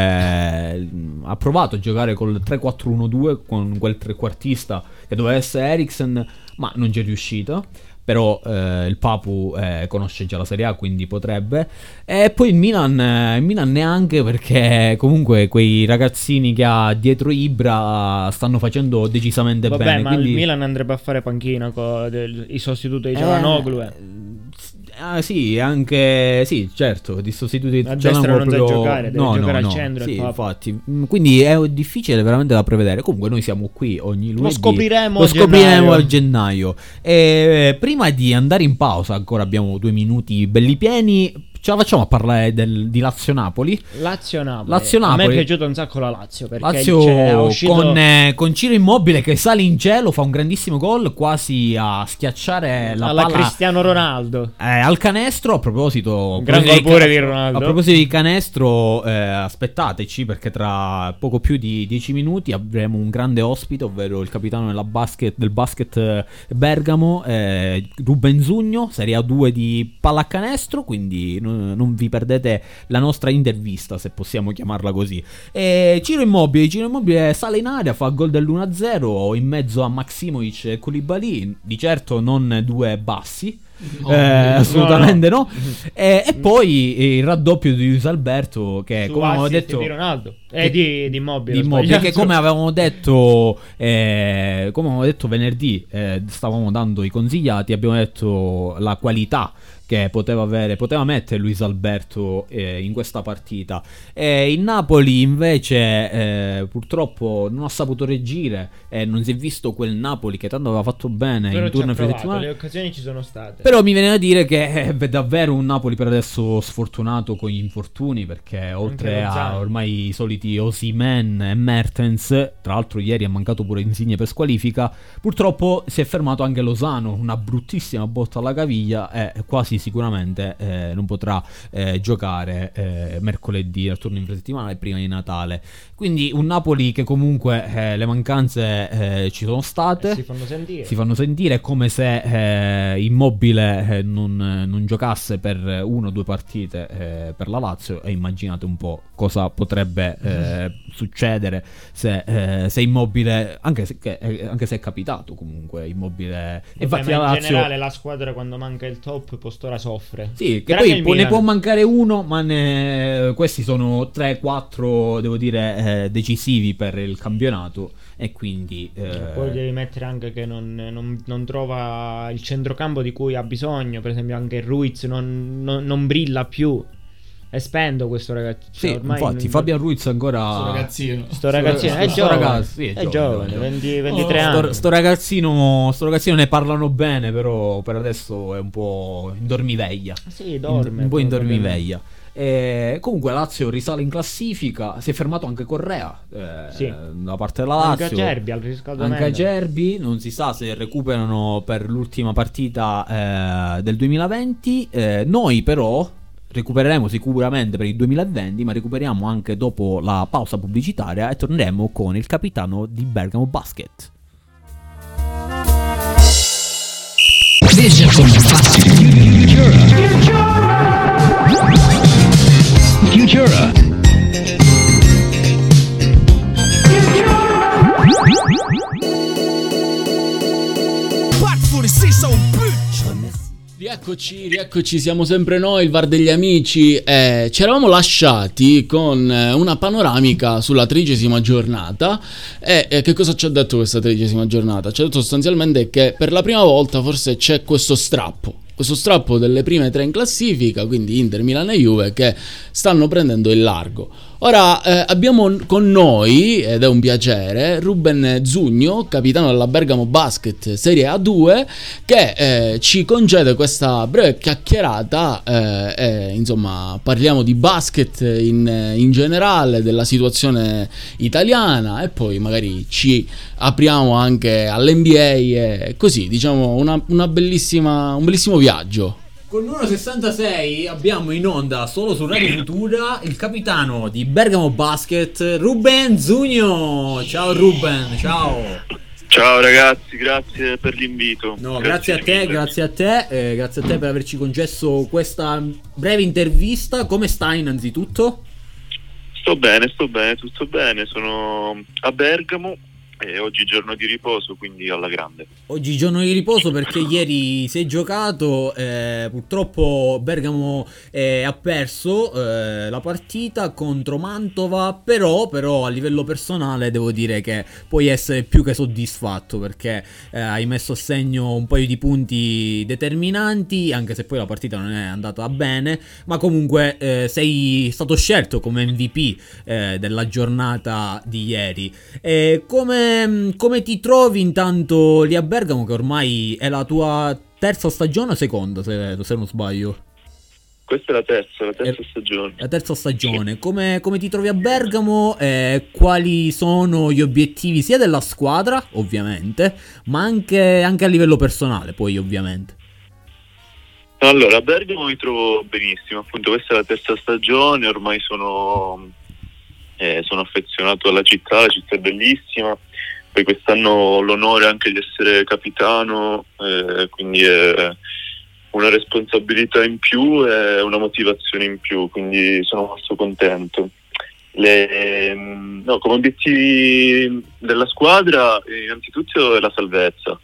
ha provato a giocare col 3-4-1-2 con quel trequartista che doveva essere Eriksen, ma non ci è riuscito. Però il Papu conosce già la Serie A, quindi potrebbe. E poi il Milan neanche, perché comunque quei ragazzini che ha dietro Ibra stanno facendo decisamente bene. Ma quindi... il Milan andrebbe a fare panchina con i sostituti di Çalhanoğlu. Sì, anche sì, certo, di sostituti a destra non sa giocare, deve giocare al centro. Sì, infatti, quindi è difficile veramente da prevedere. Comunque noi siamo qui ogni lunedì. Lo scopriremo a gennaio. E prima di andare in pausa, ancora abbiamo 2 minuti belli pieni. Ce la facciamo a parlare di Lazio-Napoli? Lazio-Napoli. A me è piaciuta un sacco la Lazio, perché è uscito... con Ciro Immobile che sale in cielo, fa un grandissimo gol, quasi a schiacciare la alla palla Cristiano Ronaldo al canestro. A proposito, gran gol pure di Ronaldo. A proposito di canestro, aspettateci, perché tra poco più di 10 minuti avremo un grande ospite, ovvero il capitano del basket Bergamo, Ruben Zugno, Serie A2 di pallacanestro, quindi non vi perdete la nostra intervista, se possiamo chiamarla così. Ciro Immobile sale in aria, fa gol dell'1-0 in mezzo a Maximovic e Koulibaly, di certo non due bassi. Assolutamente no. E poi il raddoppio di Luis Alberto, che come avevamo detto di Ronaldo di Immobile, che come avevamo detto venerdì, stavamo dando i consigliati, abbiamo detto la qualità che poteva mettere Luis Alberto in questa partita. Il Napoli invece purtroppo non ha saputo reagire, non si è visto quel Napoli che tanto aveva fatto bene in turno infrasettimanale. Le occasioni ci sono state. Però mi viene da dire che è davvero un Napoli per adesso sfortunato con gli infortuni, perché oltre a ormai i soliti Osimhen e Mertens, tra l'altro ieri ha mancato pure Insigne per squalifica, purtroppo si è fermato anche Lozano, una bruttissima botta alla caviglia, e quasi sicuramente non potrà giocare mercoledì al turno infrasettimanale prima di Natale. Quindi un Napoli che comunque le mancanze ci sono state, si fanno sentire, come se Immobile non giocasse per 1 o 2 partite per la Lazio, e immaginate un po' cosa potrebbe succedere se Immobile, anche se è capitato comunque Immobile. Infatti ma la in Lazio, generale la squadra quando manca il top postora soffre. sì, che poi ne può mancare uno, ma questi sono 3-4 devo dire decisivi per il campionato, e quindi poi devi mettere anche che non trova il centrocampo di cui ha bisogno. Per esempio anche Ruiz non brilla più. È spento questo ragazzo. Sì, infatti Fabian Ruiz ancora sto ragazzino è giovane, 23 anni. Sto ragazzino ne parlano bene, però per adesso è un po' in dormiveglia. Sì, dorme un po' in dormiveglia. Comunque Lazio risale in classifica, si è fermato anche Correa da parte della Lazio, anche Acerbi al riscaldamento. Anche Acerbi, non si sa se recuperano per l'ultima partita del 2020. Noi però recupereremo sicuramente per il 2020, ma recuperiamo anche dopo la pausa pubblicitaria, e torneremo con il capitano di Bergamo Basket. Futura. Rieccoci, siamo sempre noi, il VAR degli amici. Ci eravamo lasciati con una panoramica sulla 13ª giornata. Che cosa ci ha detto questa 13ª giornata? Ci ha detto sostanzialmente che per la prima volta forse c'è questo strappo delle prime 3 in classifica, quindi Inter, Milan e Juve, che stanno prendendo il largo. Ora abbiamo con noi, ed è un piacere, Ruben Zugno, capitano della Bergamo Basket Serie A2, che ci concede questa breve chiacchierata. Insomma, parliamo di basket in generale, della situazione italiana, e poi magari ci apriamo anche all'NBA e così, diciamo, un bellissimo viaggio. Con 1.66 abbiamo in onda solo su Radio Futura il capitano di Bergamo Basket, Ruben Zugno. Ciao Ruben, ciao. Ciao ragazzi, grazie per l'invito. No, grazie a te per averci concesso questa breve intervista. Come stai innanzitutto? Sto bene, tutto bene. Sono a Bergamo e oggi giorno di riposo, quindi alla grande. Oggi giorno di riposo perché ieri si è giocato, purtroppo Bergamo ha perso la partita contro Mantova, però a livello personale devo dire che puoi essere più che soddisfatto, perché hai messo a segno un paio di punti determinanti, anche se poi la partita non è andata bene, ma comunque sei stato scelto come MVP della giornata di ieri. Come ti trovi intanto lì a Bergamo, che ormai è la tua terza stagione o seconda, se non sbaglio? Questa è la terza stagione. La terza stagione. Come ti trovi a Bergamo? Quali sono gli obiettivi sia della squadra, ovviamente, ma anche a livello personale, poi ovviamente? Allora, a Bergamo mi trovo benissimo, appunto questa è la terza stagione, ormai sono affezionato alla città, la città è bellissima, poi quest'anno ho l'onore anche di essere capitano, quindi è una responsabilità in più e una motivazione in più, quindi sono molto contento. Come obiettivi della squadra innanzitutto è la salvezza,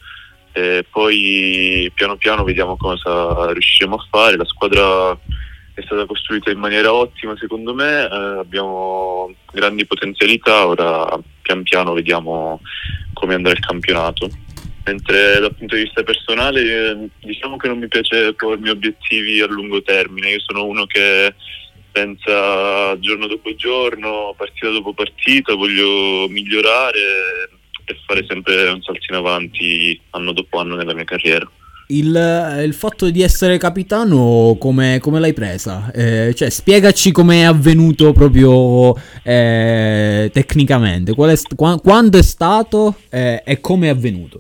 poi piano piano vediamo cosa riusciremo a fare. La squadra è stata costruita in maniera ottima secondo me, abbiamo grandi potenzialità, ora pian piano vediamo come andrà il campionato. Mentre dal punto di vista personale diciamo che non mi piace pormi obiettivi a lungo termine, io sono uno che pensa giorno dopo giorno, partita dopo partita, voglio migliorare e fare sempre un salto in avanti anno dopo anno nella mia carriera. Il fatto di essere capitano come l'hai presa? Cioè, spiegaci com'è avvenuto proprio tecnicamente, quando è stato e come è avvenuto?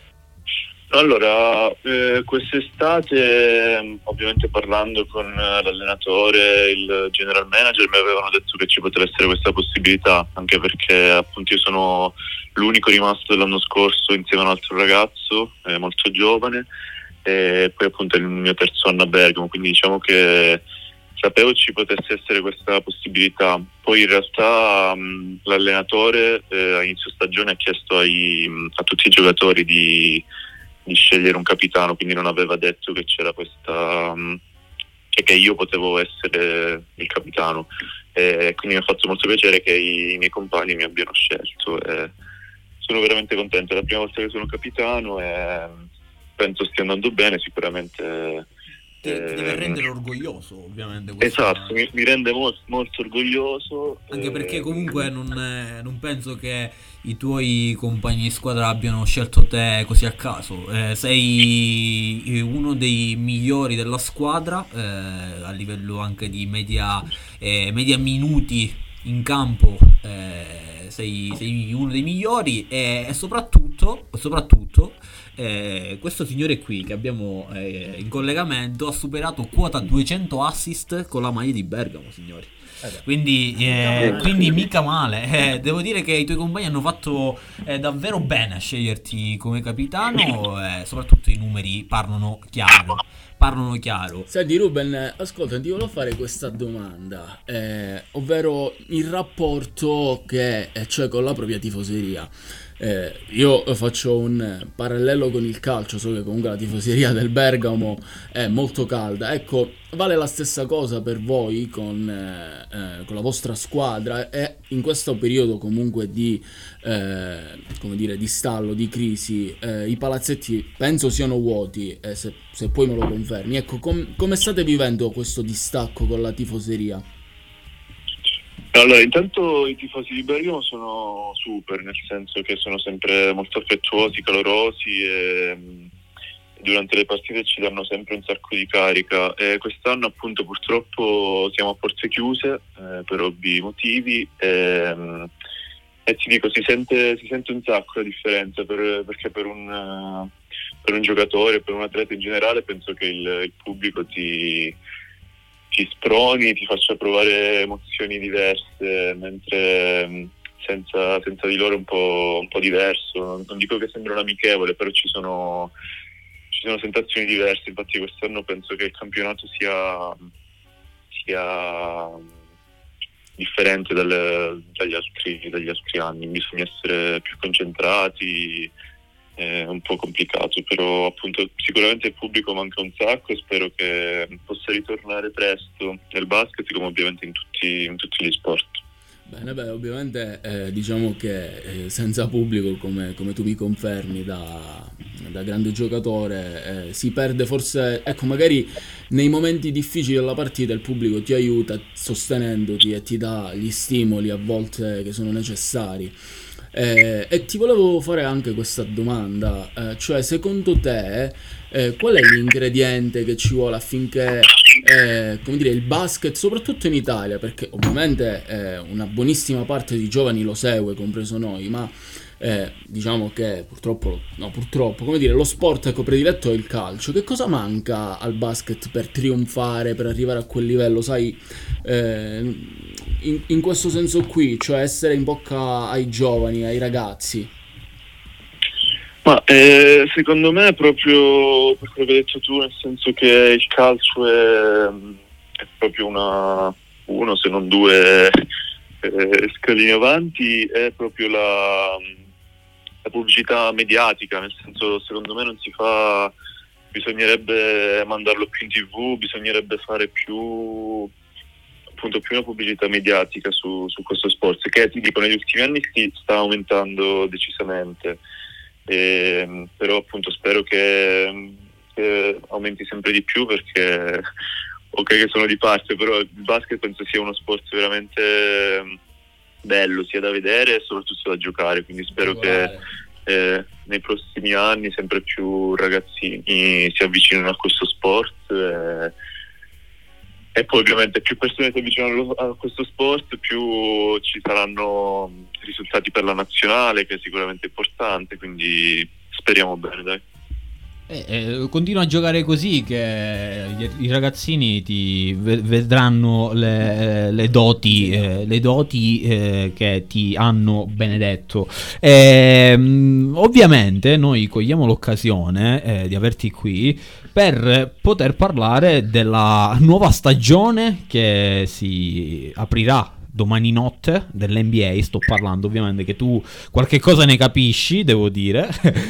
Allora, quest'estate, ovviamente parlando con l'allenatore, il general manager, mi avevano detto che ci poteva essere questa possibilità, anche perché appunto io sono l'unico rimasto dell'anno scorso insieme a un altro ragazzo molto giovane, e poi appunto è il mio terzo anno a Bergamo, quindi diciamo che sapevo ci potesse essere questa possibilità. Poi in realtà l'allenatore a inizio stagione ha chiesto a tutti i giocatori di scegliere un capitano, quindi non aveva detto che c'era questa che io potevo essere il capitano, e quindi mi ha fatto molto piacere che i miei compagni mi abbiano scelto, e sono veramente contento, è la prima volta che sono capitano e penso stia andando bene, sicuramente ti deve rendere orgoglioso, ovviamente. Esatto, mi rende molto orgoglioso. Anche perché comunque non penso che i tuoi compagni di squadra abbiano scelto te così a caso. Sei uno dei migliori della squadra, a livello anche di media minuti in campo. Sei uno dei migliori e soprattutto questo signore qui che abbiamo in collegamento ha superato quota 200 assist con la maglia di Bergamo, signori. Quindi mica male. Devo dire che i tuoi compagni hanno fatto davvero bene a sceglierti come capitano, soprattutto i numeri parlano chiaro. Senti Ruben, ascolta, ti volevo fare questa domanda, ovvero il rapporto che c'è con la propria tifoseria. Io faccio un parallelo con il calcio, so che comunque la tifoseria del Bergamo è molto calda. Ecco, vale la stessa cosa per voi con la vostra squadra, e in questo periodo comunque di, come dire, di stallo, di crisi, i palazzetti penso siano vuoti, se poi me lo confermi. Ecco, come state vivendo questo distacco con la tifoseria? Allora, intanto i tifosi di Bergamo sono super, nel senso che sono sempre molto affettuosi, calorosi e durante le partite ci danno sempre un sacco di carica. E quest'anno appunto purtroppo siamo a porte chiuse per ovvi motivi e ti dico, si sente un sacco la differenza perché per un giocatore, per un atleta in generale, penso che il pubblico ti sproni, ti faccia provare emozioni diverse, mentre senza di loro è un po' diverso. Non dico che sembra un amichevole, però ci sono sensazioni diverse. Infatti quest'anno penso che il campionato sia differente dagli altri anni. Bisogna essere più concentrati. È un po' complicato, però appunto sicuramente il pubblico manca un sacco e spero che possa ritornare presto nel basket, come ovviamente in tutti gli sport. Bene, ovviamente diciamo che senza pubblico, come tu mi confermi da grande giocatore, si perde forse, ecco, magari nei momenti difficili della partita il pubblico ti aiuta sostenendoti e ti dà gli stimoli a volte che sono necessari. E ti volevo fare anche questa domanda, cioè secondo te qual è l'ingrediente che ci vuole affinché come dire, il basket, soprattutto in Italia, perché ovviamente una buonissima parte di giovani lo segue, compreso noi, ma diciamo che purtroppo, come dire, lo sport prediletto è il calcio. Che cosa manca al basket per trionfare, per arrivare a quel livello, sai, in questo senso qui, cioè essere in bocca ai giovani, ai ragazzi? Ma secondo me è proprio per quello che hai detto tu, nel senso che il calcio è proprio uno se non due scalini avanti, è proprio la pubblicità mediatica, nel senso, secondo me non si fa, bisognerebbe mandarlo più in TV, bisognerebbe fare più una pubblicità mediatica su questo sport, che ti dico negli ultimi anni si sta aumentando decisamente, però appunto spero che aumenti sempre di più, perché ok che sono di parte, però il basket penso sia uno sport veramente bello sia da vedere e soprattutto da giocare, quindi spero che nei prossimi anni sempre più ragazzini si avvicinano a questo sport e poi ovviamente più persone si avvicinano a questo sport, più ci saranno risultati per la nazionale, che è sicuramente importante, quindi speriamo bene, dai. Continua a giocare così che i ragazzini ti vedranno le doti che ti hanno benedetto. Ovviamente noi cogliamo l'occasione di averti qui per poter parlare della nuova stagione che si aprirà domani notte dell'NBA. Sto parlando, ovviamente, che tu qualche cosa ne capisci, devo dire.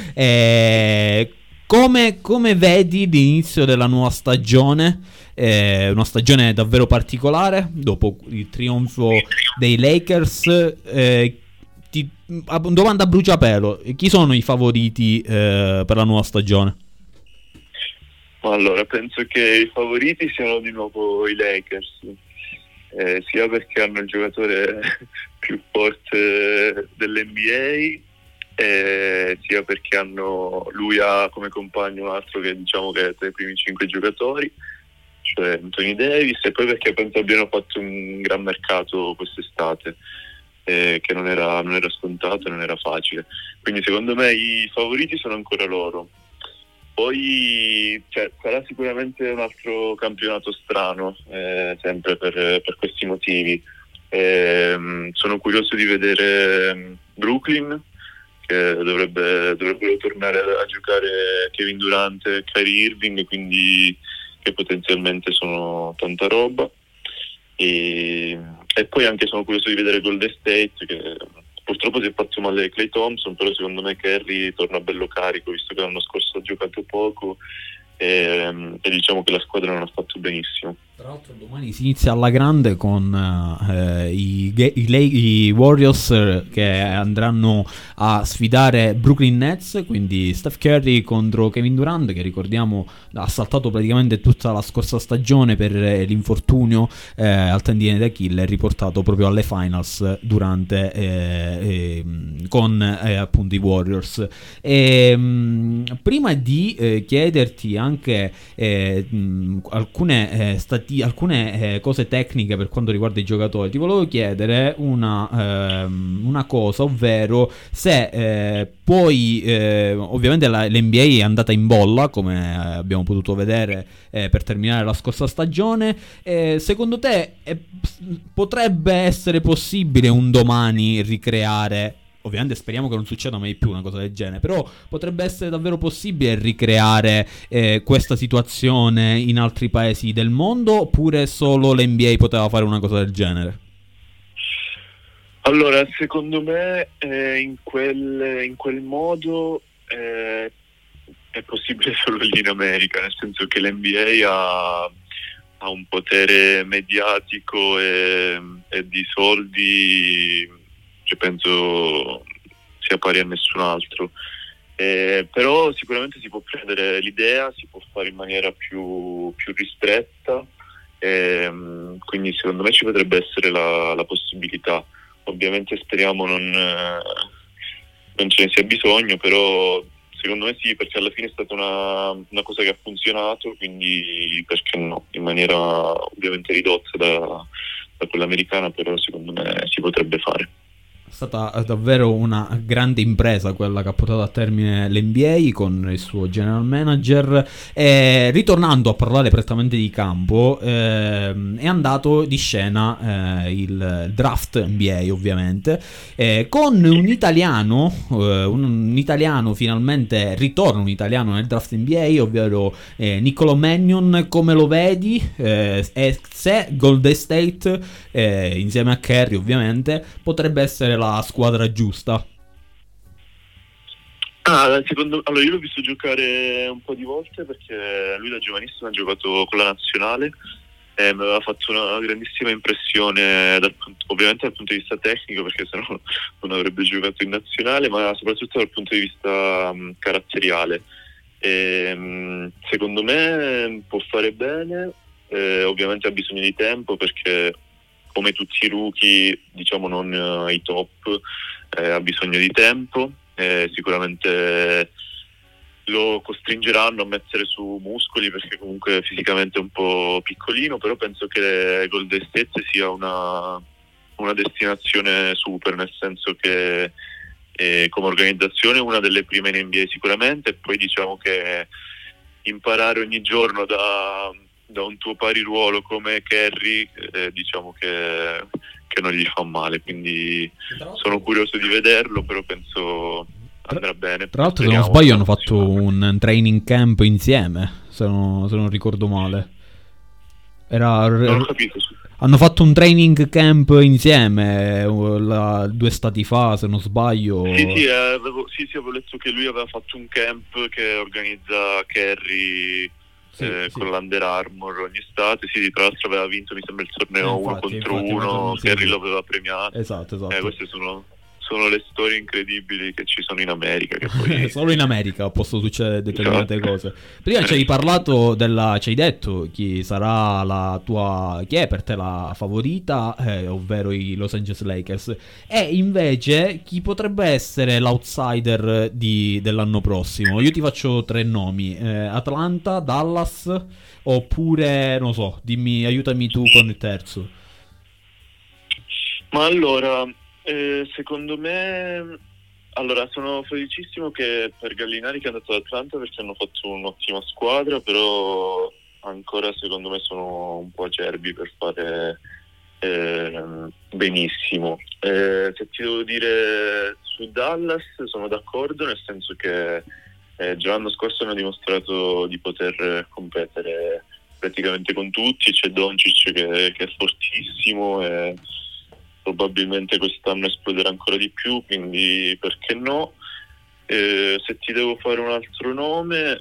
Come vedi l'inizio della nuova stagione? Una stagione davvero particolare. Dopo il trionfo dei Lakers, domanda a bruciapelo: chi sono i favoriti per la nuova stagione? Allora, penso che i favoriti siano di nuovo i Lakers, sia perché hanno il giocatore più forte dell'NBA, sia perché lui ha come compagno un altro che diciamo che è tra i primi 5 giocatori, cioè Anthony Davis, e poi perché penso abbiano fatto un gran mercato quest'estate, che non era scontato e non era facile, quindi secondo me i favoriti sono ancora loro. Poi sarà sicuramente un altro campionato strano, sempre per questi motivi. Sono curioso di vedere Brooklyn, che dovrebbero tornare a giocare Kevin Durant e Kyrie Irving, quindi che potenzialmente sono tanta roba. E poi anche sono curioso di vedere Golden State, che purtroppo si è fatto male Klay Thompson, però secondo me Curry torna bello carico, visto che l'anno scorso ha giocato poco e diciamo che la squadra non ha fatto benissimo. Tra l'altro domani si inizia alla grande con i Warriors che andranno a sfidare Brooklyn Nets, quindi Steph Curry contro Kevin Durant, che ricordiamo ha saltato praticamente tutta la scorsa stagione per l'infortunio al tendine d'Achille, riportato proprio alle finals durante con appunto i Warriors. Prima di chiederti anche alcune cose tecniche per quanto riguarda i giocatori, ti volevo chiedere una cosa, ovvero se poi ovviamente l'NBA è andata in bolla, come abbiamo potuto vedere per terminare la scorsa stagione. Secondo te potrebbe essere possibile un domani ricreare? Ovviamente speriamo che non succeda mai più una cosa del genere, però potrebbe essere davvero possibile ricreare questa situazione in altri paesi del mondo, oppure solo l'NBA poteva fare una cosa del genere? Allora, secondo me in quel modo è possibile solo lì in America, nel senso che l'NBA ha un potere mediatico e di soldi che penso sia pari a nessun altro, però sicuramente si può prendere l'idea, si può fare in maniera più ristretta, quindi secondo me ci potrebbe essere la possibilità. Ovviamente speriamo non ce ne sia bisogno, però secondo me sì, perché alla fine è stata una cosa che ha funzionato, quindi perché no, in maniera ovviamente ridotta da quella americana, però secondo me si potrebbe fare. È stata davvero una grande impresa quella che ha portato a termine l'NBA con il suo general manager. Ritornando a parlare prettamente di campo, è andato di scena il draft NBA, ovviamente, con un italiano finalmente ritorna un italiano nel draft NBA, ovvero Niccolò Mannion. Come lo vedi? E se Golden State insieme a Curry ovviamente potrebbe essere la squadra giusta? Allora io l'ho visto giocare un po' di volte, perché lui da giovanissimo ha giocato con la nazionale e mi aveva fatto una grandissima impressione ovviamente dal punto di vista tecnico, perché sennò non avrebbe giocato in nazionale, ma soprattutto dal punto di vista caratteriale. Secondo me può fare bene, ovviamente ha bisogno di tempo, perché come tutti i rookie, diciamo non i top, ha bisogno di tempo, sicuramente lo costringeranno a mettere su muscoli, perché comunque fisicamente è un po' piccolino, però penso che Golden State sia una destinazione super, nel senso che come organizzazione è una delle prime in NBA sicuramente, e poi diciamo che imparare ogni giorno da un tuo pari ruolo come Curry, diciamo che non gli fa male, quindi sono curioso di vederlo, però penso andrà bene. Tra l'altro, se non sbaglio, hanno fatto un training camp insieme, se non ricordo male. Non ho capito. Hanno fatto un training camp insieme 2 stati fa, se non sbaglio. Sì, avevo letto che lui aveva fatto un camp che organizza Curry con l'Under Armour ogni estate. Sì, tra l'altro aveva vinto, mi sembra, il torneo 1 contro 1, Curry lo aveva premiato. Esatto. Queste sono le storie incredibili che ci sono in America, che poi solo in America possono succedere determinate cose. Prima ci hai parlato ci hai detto chi sarà chi è per te la favorita, ovvero i Los Angeles Lakers, e invece chi potrebbe essere l'outsider dell'anno prossimo. Io ti faccio 3 nomi: Atlanta, Dallas, oppure non so, aiutami tu con il terzo. Ma allora, secondo me, sono felicissimo per Gallinari che è andato ad Atlanta, perché hanno fatto un'ottima squadra, però ancora secondo me sono un po' acerbi per fare benissimo. Se ti devo dire su Dallas, sono d'accordo, nel senso che già l'anno scorso hanno dimostrato di poter competere praticamente con tutti. C'è Doncic che è fortissimo, probabilmente quest'anno esploderà ancora di più, quindi perché no. Se ti devo fare un altro nome,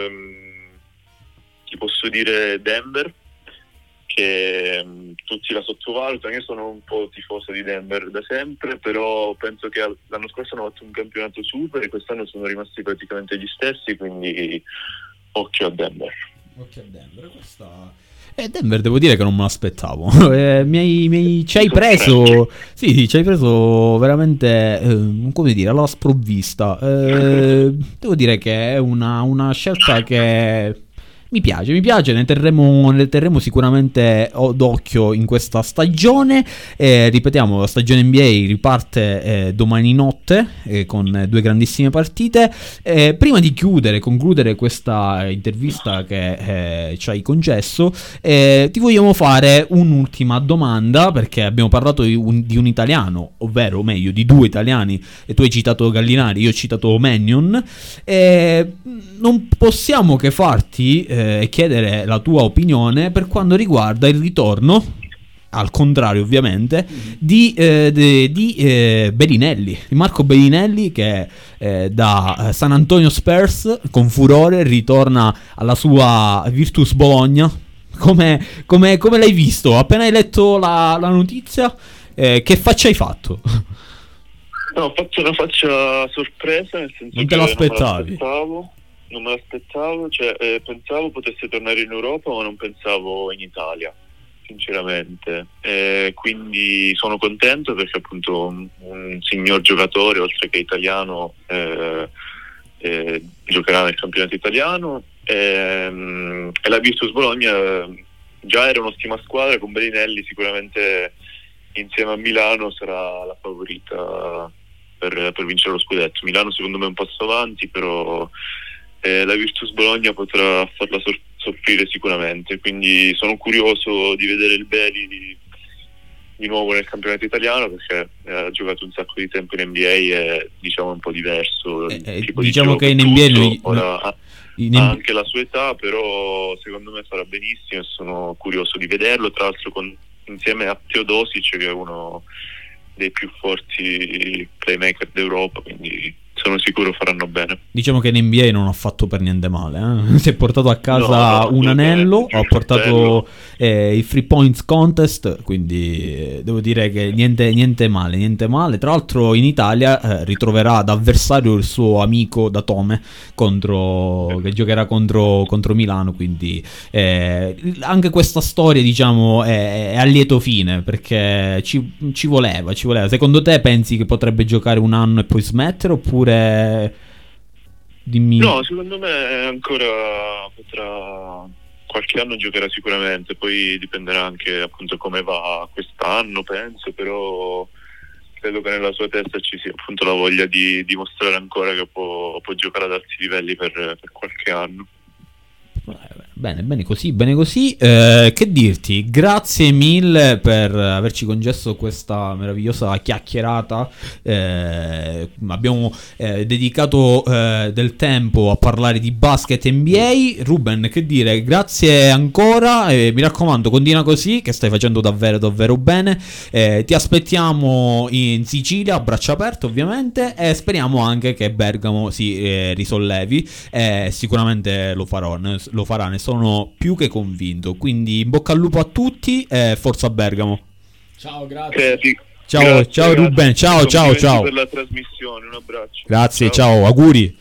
ti posso dire Denver, che tutti la sottovalutano. Io sono un po' tifoso di Denver da sempre, però penso che l'anno scorso hanno fatto un campionato super e quest'anno sono rimasti praticamente gli stessi, quindi occhio a Denver. Occhio a Denver, questa... Denver devo dire che non me l'aspettavo. Ci hai preso. Sì, ci hai preso veramente, come dire, alla sprovvista. Devo dire che è una scelta che mi piace, ne terremo sicuramente d'occhio in questa stagione. Ripetiamo, la stagione NBA riparte domani notte con 2 grandissime partite. Prima di concludere questa intervista che ci hai concesso, ti vogliamo fare un'ultima domanda, perché abbiamo parlato di un italiano, ovvero meglio di 2 italiani, e tu hai citato Gallinari, io ho citato Mannion. Non possiamo che farti e chiedere la tua opinione per quanto riguarda il ritorno, al contrario ovviamente, di Bellinelli, di Marco Bellinelli, che da San Antonio Spurs con furore ritorna alla sua Virtus Bologna. Come l'hai visto? Appena hai letto la notizia, che faccia hai fatto? No, ho fatto una faccia sorpresa, nel senso non te l'aspettavi? Non me l'aspettavo, cioè pensavo potesse tornare in Europa, ma non pensavo in Italia, sinceramente. Quindi sono contento perché appunto un signor giocatore, oltre che italiano, giocherà nel campionato italiano. E la Virtus Bologna già era un'ottima squadra, con Bellinelli sicuramente insieme a Milano sarà la favorita per vincere lo scudetto. Milano secondo me è un passo avanti, però la Virtus Bologna potrà farla soffrire sicuramente, quindi sono curioso di vedere il Beli di nuovo nel campionato italiano, perché ha giocato un sacco di tempo in NBA e diciamo è un po' diverso diciamo che in NBA ora ha anche la sua età, però secondo me farà benissimo e sono curioso di vederlo, tra l'altro insieme a Teodosic, che è uno dei più forti playmaker d'Europa, quindi sono sicuro faranno bene. Diciamo che in NBA non ha fatto per niente male, si è portato a casa un anello, ha portato il Free Points Contest, quindi devo dire che niente male. Tra l'altro in Italia ritroverà ad avversario il suo amico Datome, che giocherà contro Milano, quindi anche questa storia diciamo è a lieto fine, perché ci voleva. Secondo te pensi che potrebbe giocare un anno e poi smettere, oppure dimmi? No, secondo me ancora qualche anno giocherà sicuramente, poi dipenderà anche appunto come va quest'anno, penso, però credo che nella sua testa ci sia appunto la voglia di dimostrare ancora che può giocare ad alti livelli per qualche anno. Bene così. Che dirti? Grazie mille per averci concesso questa meravigliosa chiacchierata. Abbiamo dedicato del tempo a parlare di basket NBA. Ruben, che dire? Grazie ancora. Mi raccomando, continua così, che stai facendo davvero bene. Ti aspettiamo in Sicilia a braccia aperte, ovviamente, e speriamo anche che Bergamo si risollevi. Sicuramente lo farà, ne sono più che convinto, quindi in bocca al lupo a tutti e forza Bergamo. Ciao, grazie. Ciao Ruben, ciao per la trasmissione, un abbraccio. Grazie, ciao, auguri.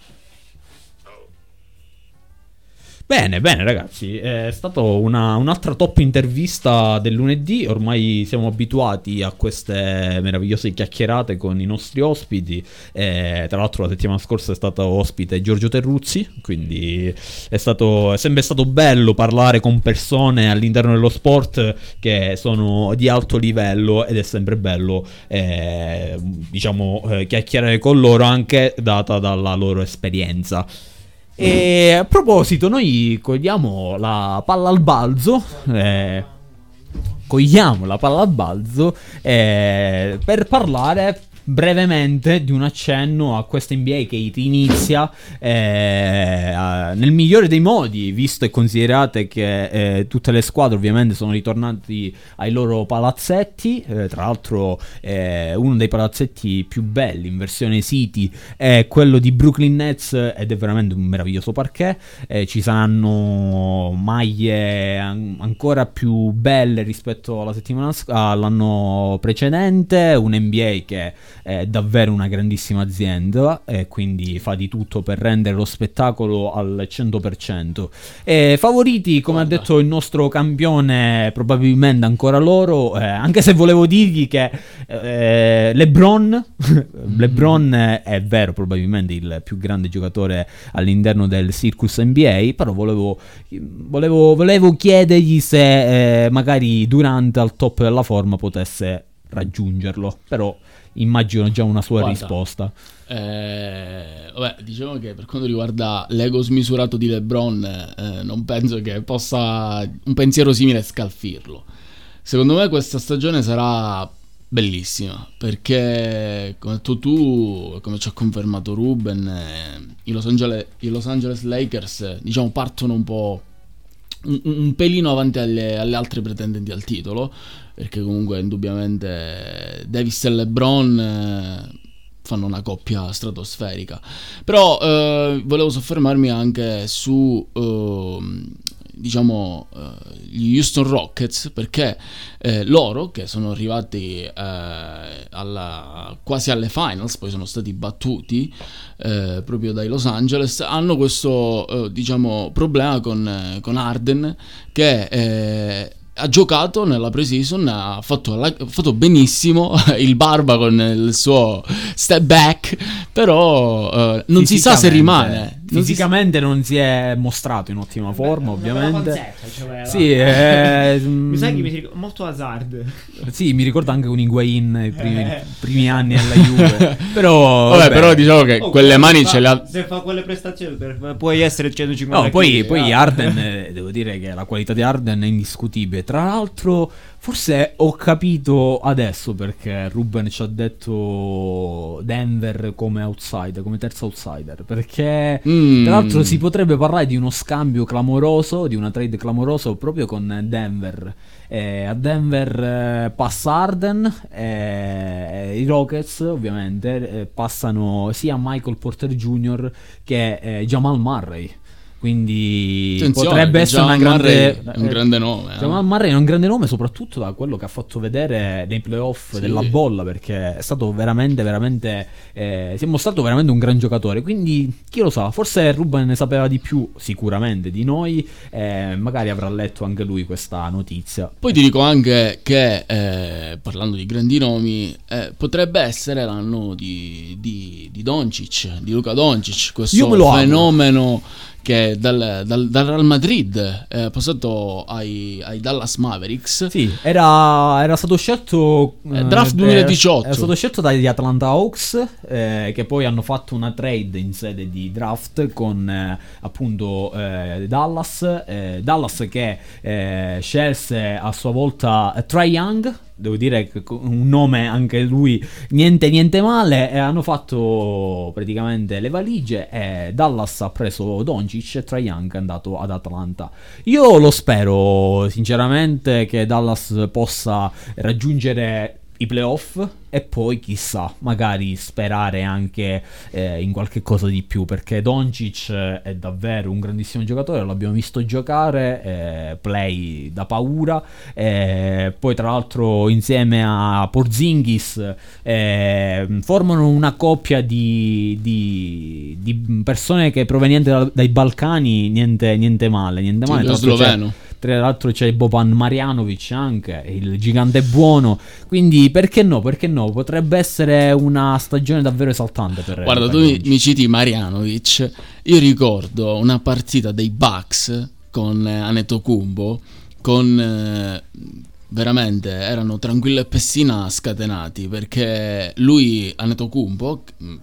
Bene ragazzi, è stata un'altra top intervista del lunedì. Ormai siamo abituati a queste meravigliose chiacchierate con i nostri ospiti. Tra l'altro la settimana scorsa è stato ospite Giorgio Terruzzi, quindi è sempre stato bello parlare con persone all'interno dello sport che sono di alto livello, ed è sempre bello chiacchierare con loro, anche data dalla loro esperienza. E a proposito, noi cogliamo la palla al balzo per parlare brevemente di un accenno a questa NBA che inizia nel migliore dei modi, visto e considerate che tutte le squadre ovviamente sono ritornati ai loro palazzetti. Tra l'altro uno dei palazzetti più belli in versione City è quello di Brooklyn Nets ed è veramente un meraviglioso parquet. Ci saranno maglie ancora più belle rispetto all'anno precedente, un NBA che è davvero una grandissima azienda e quindi fa di tutto per rendere lo spettacolo al 100%. Favoriti, come ha detto il nostro campione, probabilmente ancora loro, anche se volevo dirgli che LeBron è vero, probabilmente il più grande giocatore all'interno del circus NBA, però volevo chiedergli se magari Durant al top della forma potesse raggiungerlo, però immagino già una sua risposta. Vabbè, diciamo che per quanto riguarda l'ego smisurato di LeBron, non penso che possa un pensiero simile scalfirlo. Secondo me questa stagione sarà bellissima, perché come hai detto tu, come ci ha confermato Ruben, i Los Angeles Lakers, diciamo, partono un po' un pelino avanti alle altre pretendenti al titolo, perché comunque indubbiamente Davis e LeBron fanno una coppia stratosferica. Però volevo soffermarmi anche su gli Houston Rockets, perché loro, che sono arrivati quasi alle finals, poi sono stati battuti proprio dai Los Angeles, hanno questo problema con Harden, che ha giocato nella pre-season, ha fatto benissimo il barba con il suo step back, però non si sa se rimane. Fisicamente non si è mostrato in ottima forma, ovviamente. Sì, mi sa che mi ricorda molto Hazard. Sì, mi ricorda anche un Higuain i primi anni alla Juve. Però diciamo che quelle mani ce le ha. Se fa quelle prestazioni puoi essere 150. No, poi Harden, devo dire che la qualità di Harden è indiscutibile. Tra l'altro, forse ho capito adesso perché Ruben ci ha detto Denver come outsider, come terzo outsider, perché tra l'altro si potrebbe parlare di uno scambio clamoroso, di una trade clamoroso proprio con Denver. A Denver passa Harden, i Rockets ovviamente passano sia Michael Porter Jr. che Jamal Murray. Quindi potrebbe essere un grande nome. Jamal Murray è un grande nome, soprattutto da quello che ha fatto vedere nei playoff della bolla, perché è stato veramente si è mostrato veramente un gran giocatore. Quindi chi lo sa, forse Ruben ne sapeva di più sicuramente di noi, magari avrà letto anche lui questa notizia. Poi ti dico anche che parlando di grandi nomi, potrebbe essere l'anno di Doncic, di Luka Doncic, questo fenomeno che dal Real Madrid è passato ai Dallas Mavericks. Sì, era stato scelto draft 2018. Era stato scelto dagli Atlanta Hawks, che poi hanno fatto una trade in sede di draft con appunto Dallas che scelse a sua volta Trae Young. Devo dire che un nome anche lui niente male, e hanno fatto praticamente le valigie e Dallas ha preso Doncic e Trae Young è andato ad Atlanta. Io lo spero sinceramente che Dallas possa raggiungere i playoff e poi chissà, magari sperare anche in qualche cosa di più, perché Doncic è davvero un grandissimo giocatore, l'abbiamo visto giocare, play da paura, poi tra l'altro insieme a Porzingis formano una coppia di persone che provenienti dai Balcani, niente male. Tra l'altro c'è Boban Marjanovic anche, il gigante buono, quindi perché no? Potrebbe essere una stagione davvero esaltante per Guarda, tu mi citi Marjanovic, io ricordo una partita dei Bucks con Antetokounmpo, con veramente erano Tranquillo e Pessina scatenati, perché lui, Antetokounmpo,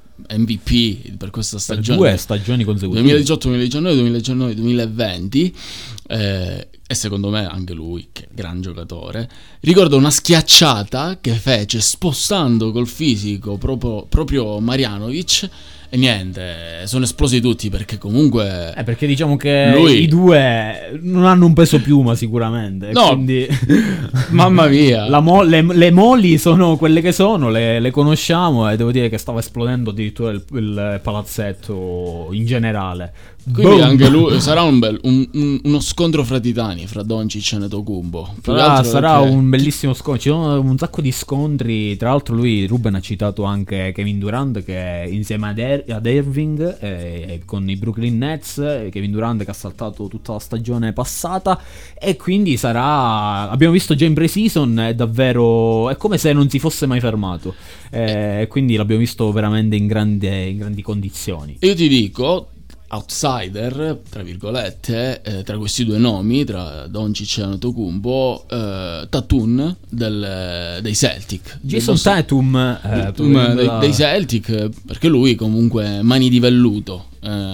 MVP per questa stagione, 2 stagioni consecutive, 2018, 2019, 2019, 2020, e secondo me anche lui, che gran giocatore, ricordo una schiacciata che fece spostando col fisico proprio Marjanovic, e niente, sono esplosi tutti, perché comunque perché diciamo che lui... i due non hanno un peso piuma sicuramente, no, quindi mamma mia, le molli sono quelle che sono, le conosciamo, e devo dire che stava esplodendo addirittura il palazzetto in generale. Quindi Boom! anche lui sarà uno scontro fra titani, fra Doncic e Antetokounmpo. Sarà un bellissimo scontro. Ci sono un sacco di scontri. Tra l'altro Ruben ha citato anche Kevin Durant, che insieme ad Irving con i Brooklyn Nets, Kevin Durant che ha saltato tutta la stagione passata, e quindi abbiamo visto già in pre-season, è davvero, è come se non si fosse mai fermato, quindi l'abbiamo visto veramente in grandi condizioni. Io ti dico, outsider, tra virgolette, tra questi due nomi, tra Doncic e Antetokounmpo, Tatum dei Celtic. Jason Tatum dei Celtic, perché lui comunque mani di velluto.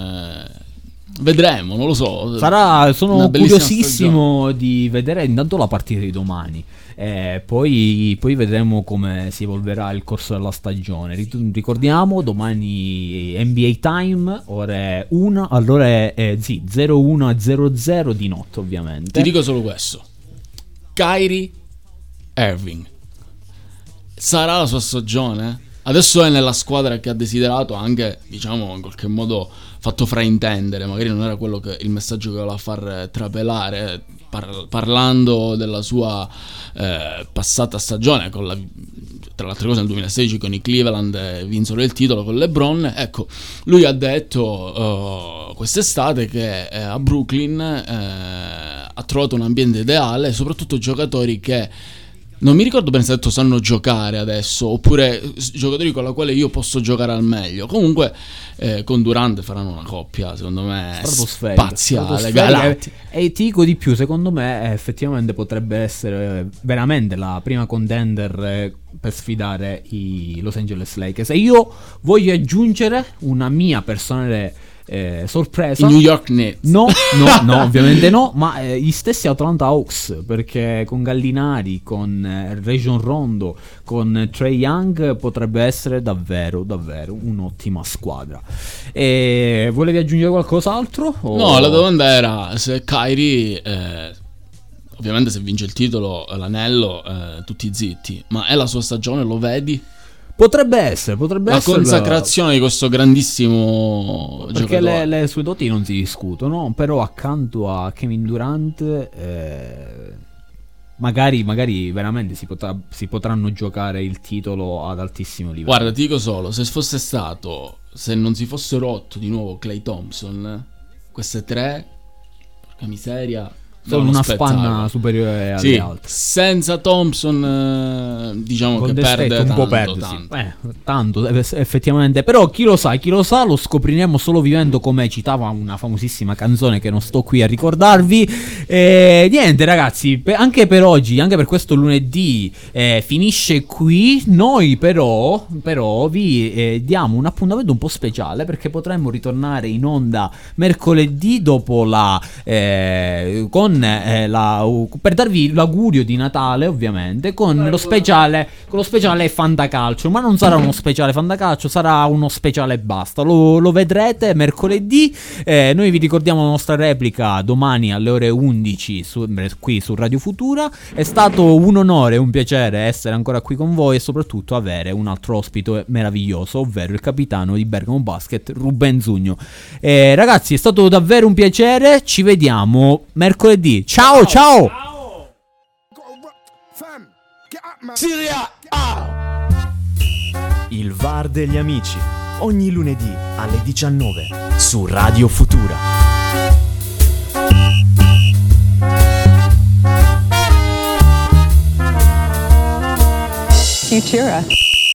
Vedremo, non lo so. Sono curiosissimo di vedere intanto la partita di domani. Poi vedremo come si evolverà il corso della stagione. Ricordiamo, domani NBA Time, ore 1, allora 01 e 00 di notte, ovviamente. Ti dico solo questo: Kyrie Irving sarà la sua stagione? Adesso è nella squadra che ha desiderato, anche, diciamo, in qualche modo fatto fraintendere, magari non era quello che il messaggio che voleva far trapelare, parlando della sua passata stagione, tra le altre cose nel 2016 con i Cleveland vinsero il titolo con LeBron. Ecco, lui ha detto quest'estate che a Brooklyn ha trovato un ambiente ideale, soprattutto giocatori che, non mi ricordo bene se ha detto sanno giocare adesso, oppure giocatori con la quale io posso giocare al meglio. Comunque con Durant faranno una coppia, secondo me, spaziale, galattica. E ti dico di più, secondo me effettivamente potrebbe essere veramente la prima contender per sfidare i Los Angeles Lakers. E io voglio aggiungere una mia personale sorpresa. I New York Knicks. No, ovviamente no, ma gli stessi Atlanta Hawks, perché con Gallinari, con Rajon Rondo, con Trae Young potrebbe essere davvero un'ottima squadra. Volevi aggiungere qualcos'altro? No, la domanda era se Kyrie, ovviamente se vince il titolo, l'anello, tutti zitti, ma è la sua stagione, lo vedi? Potrebbe essere la consacrazione di questo grandissimo perché giocatore. Le sue doti non si discutono, però accanto a Kevin Durant magari veramente si potranno giocare il titolo ad altissimo livello. Guarda, ti dico solo, se non si fosse rotto di nuovo Klay Thompson, queste tre, porca miseria, sono una spanna superiore alle altre. Senza Thompson, diciamo Golden che State perde un po' tanto, effettivamente. Però chi lo sa, lo scopriremo solo vivendo, come citava una famosissima canzone che non sto qui a ricordarvi. Niente ragazzi, anche per oggi, anche per questo lunedì finisce qui. Noi però vi diamo un appuntamento un po' speciale, perché potremmo ritornare in onda mercoledì dopo per darvi l'augurio di Natale, ovviamente, con lo speciale Fantacalcio. Ma non sarà uno speciale Fantacalcio, sarà uno speciale e basta. Lo vedrete mercoledì. Noi vi ricordiamo la nostra replica domani alle ore 11 qui su Radio Futura. È stato un onore e un piacere essere ancora qui con voi, e soprattutto avere un altro ospite meraviglioso, ovvero il capitano di Bergamo Basket, Ruben Zugno. Ragazzi, è stato davvero un piacere. Ci vediamo mercoledì. Ciao. Il VAR degli amici, ogni lunedì alle 19 su Radio Futura. Futura.